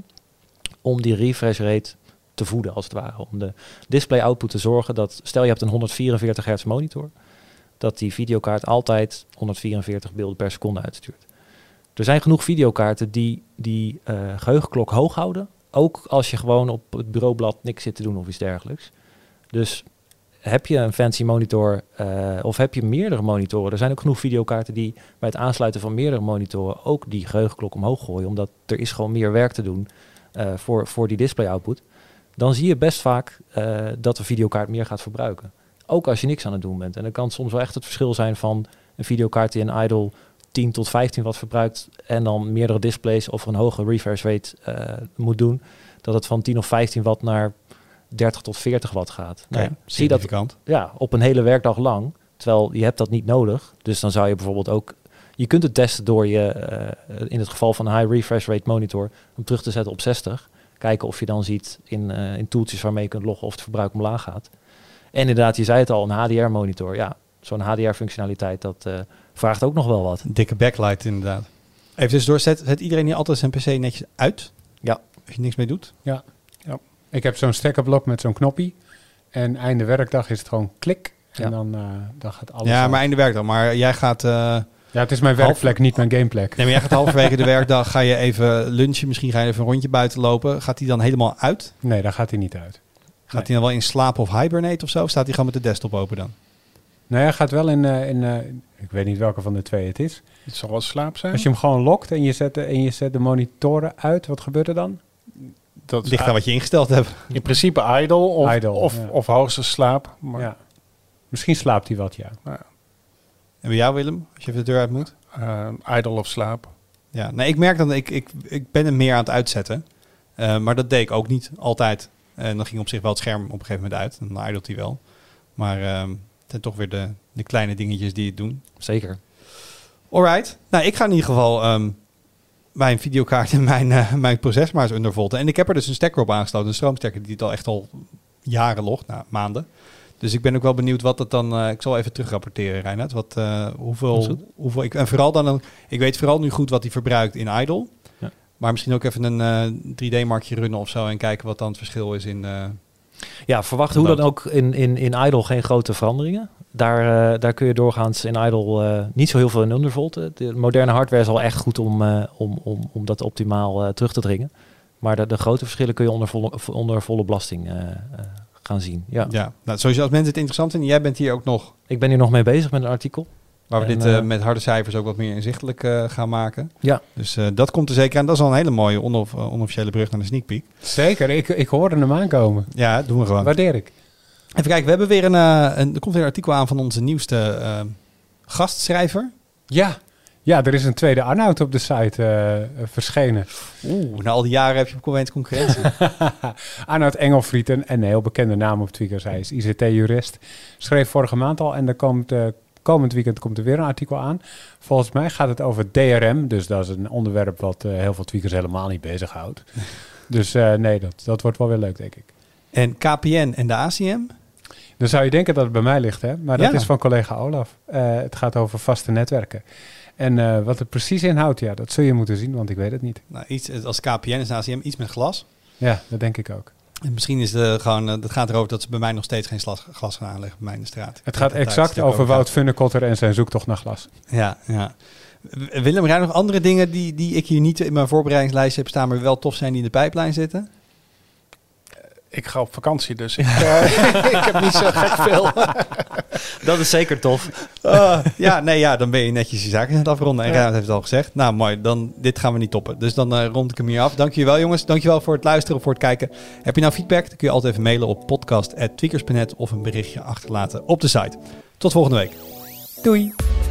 om die refresh rate te voeden, als het ware. Om de display output te zorgen dat, stel je hebt een honderdvierenveertig hertz monitor, dat die videokaart altijd honderdvierenveertig beelden per seconde uitstuurt. Er zijn genoeg videokaarten die die uh, geheugenklok hoog houden, ook als je gewoon op het bureaublad niks zit te doen of iets dergelijks. Dus heb je een fancy monitor uh, of heb je meerdere monitoren, er zijn ook genoeg videokaarten die bij het aansluiten van meerdere monitoren ook die geheugenklok omhoog gooien, omdat er is gewoon meer werk te doen uh, voor, voor die display output. Dan zie je best vaak uh, dat de videokaart meer gaat verbruiken. Ook als je niks aan het doen bent. En dat kan soms wel echt het verschil zijn van een videokaart die een idle tien tot vijftien watt verbruikt en dan meerdere displays of een hoge refresh rate uh, moet doen, dat het van tien of vijftien watt naar dertig tot veertig watt gaat. Okay, nou, zie dat ja, op een hele werkdag lang, terwijl je hebt dat niet nodig. Dus dan zou je bijvoorbeeld ook, je kunt het testen door je, uh, in het geval van een high refresh rate monitor, om terug te zetten op zestig. Kijken of je dan ziet in, uh, in tooltjes waarmee je kunt loggen of het verbruik omlaag gaat. En inderdaad, je zei het al, een H D R monitor. Ja, zo'n H D R functionaliteit, dat uh, vraagt ook nog wel wat. Dikke backlight inderdaad. Even dus door, zet, zet iedereen hier altijd zijn P C netjes uit? Ja. Als je niks mee doet? Ja. ja. Ik heb zo'n stekkerblok met zo'n knoppie. En einde werkdag is het gewoon klik. En ja. dan, uh, dan gaat alles Ja, uit. maar einde werkdag. Maar jij gaat... Uh, ja, het is mijn werkplek, niet mijn gameplek. Nee, maar jij gaat halverwege de werkdag, ga je even lunchen. Misschien ga je even een rondje buiten lopen. Gaat die dan helemaal uit? Nee, daar gaat hij niet uit. Gaat hij nee. dan wel in slaap of hibernate of zo? Of staat hij gewoon met de desktop open dan? Nee, hij gaat wel in... Uh, in uh, ik weet niet welke van de twee het is. Het zal wel slaap zijn. Als je hem gewoon lokt en je zet de, en je zet de monitoren uit, wat gebeurt er dan? Dat ligt aan wat je ingesteld hebt. In principe idle of, idle, of, ja. of hoogste slaap. Maar ja. Misschien slaapt hij wat, ja. ja. En bij jou, Willem? Als je even de deur uit moet? Uh, idle of slaap. Ja, nee, ik merk dan, ik, ik, ik ben hem meer aan het uitzetten. Uh, maar dat deed ik ook niet altijd. En dan ging op zich wel het scherm op een gegeven moment uit. En dan idelt hij wel. Maar uh, het zijn toch weer de, de kleine dingetjes die het doen. Zeker. Alright. Nou, ik ga in ieder geval um, mijn videokaart en mijn, uh, mijn proces maar eens undervolten. En ik heb er dus een stekker op aangesloten. Een stroomstekker die het al echt al jaren logt. Nou, maanden. Dus ik ben ook wel benieuwd wat dat dan... Uh, ik zal even terugrapporteren, Reinhard. Wat, uh, hoeveel, hoeveel ik, en vooral dan... Een, ik weet vooral nu goed wat hij verbruikt in idle. Ja. Maar misschien ook even een uh, drie D-markje runnen of zo... en kijken wat dan het verschil is in... Uh, ja, verwacht hoe dan ook in, in, in idle geen grote veranderingen. Daar, uh, daar kun je doorgaans in idle uh, niet zo heel veel in undervolten. De moderne hardware is al echt goed om, uh, om, om, om dat optimaal uh, terug te dringen. Maar de, de grote verschillen kun je onder volle, onder volle belasting... Uh, uh, gaan zien. Ja, ja. Nou, sowieso als mensen het interessant vinden. Jij bent hier ook nog... Ik ben hier nog mee bezig met een artikel. Waar we en, dit uh, uh, met harde cijfers ook wat meer inzichtelijk uh, gaan maken. Ja. Dus uh, dat komt er zeker aan. Dat is al een hele mooie onof- uh, onofficiële brug naar de sneak peek. Zeker, ik, ik hoorde hem aankomen. Ja, doen we gewoon. Waardeer ik. Even kijken, we hebben weer een, uh, een... Er komt weer een artikel aan van onze nieuwste uh, gastschrijver. Ja. Ja, er is een tweede Arnoud op de site uh, uh, verschenen. Oeh, na al die jaren heb je op opeens concurrentie. Arnoud Engelfried, een, een heel bekende naam op Tweakers. Hij is I C T-jurist. Schreef vorige maand al en er komt, uh, komend weekend komt er weer een artikel aan. Volgens mij gaat het over D R M. Dus dat is een onderwerp wat uh, heel veel Tweakers helemaal niet bezighoudt. Dus uh, nee, dat, dat wordt wel weer leuk, denk ik. En K P N en de A C M? Dan zou je denken dat het bij mij ligt, hè? Maar dat ja. is van collega Olaf. Uh, het gaat over vaste netwerken. En uh, wat het precies inhoudt, ja, dat zul je moeten zien, want ik weet het niet. Nou, iets als K P N is A C M iets met glas. Ja, dat denk ik ook. En misschien is het gewoon, uh, dat gaat erover dat ze bij mij nog steeds geen glas, glas gaan aanleggen bij mij in de straat. Het gaat exact over Wout Funnekotter en zijn zoektocht naar glas. Ja, ja. Willem, er zijn nog andere dingen die, die ik hier niet in mijn voorbereidingslijst heb staan, maar wel tof zijn die in de pijplijn zitten? Ik ga op vakantie, dus ik, uh, ik heb niet zo gek veel. Dat is zeker tof. Uh, ja, nee, ja, dan ben je netjes je zaken aan het afronden. En Reinhard heeft het al gezegd. Nou, mooi. Dan, dit gaan we niet toppen. Dus dan uh, rond ik hem hier af. Dank jullie wel, jongens. Dank je wel voor het luisteren of voor het kijken. Heb je nou feedback? Dan kun je altijd even mailen op podcast at tweakers punt net of een berichtje achterlaten op de site. Tot volgende week. Doei!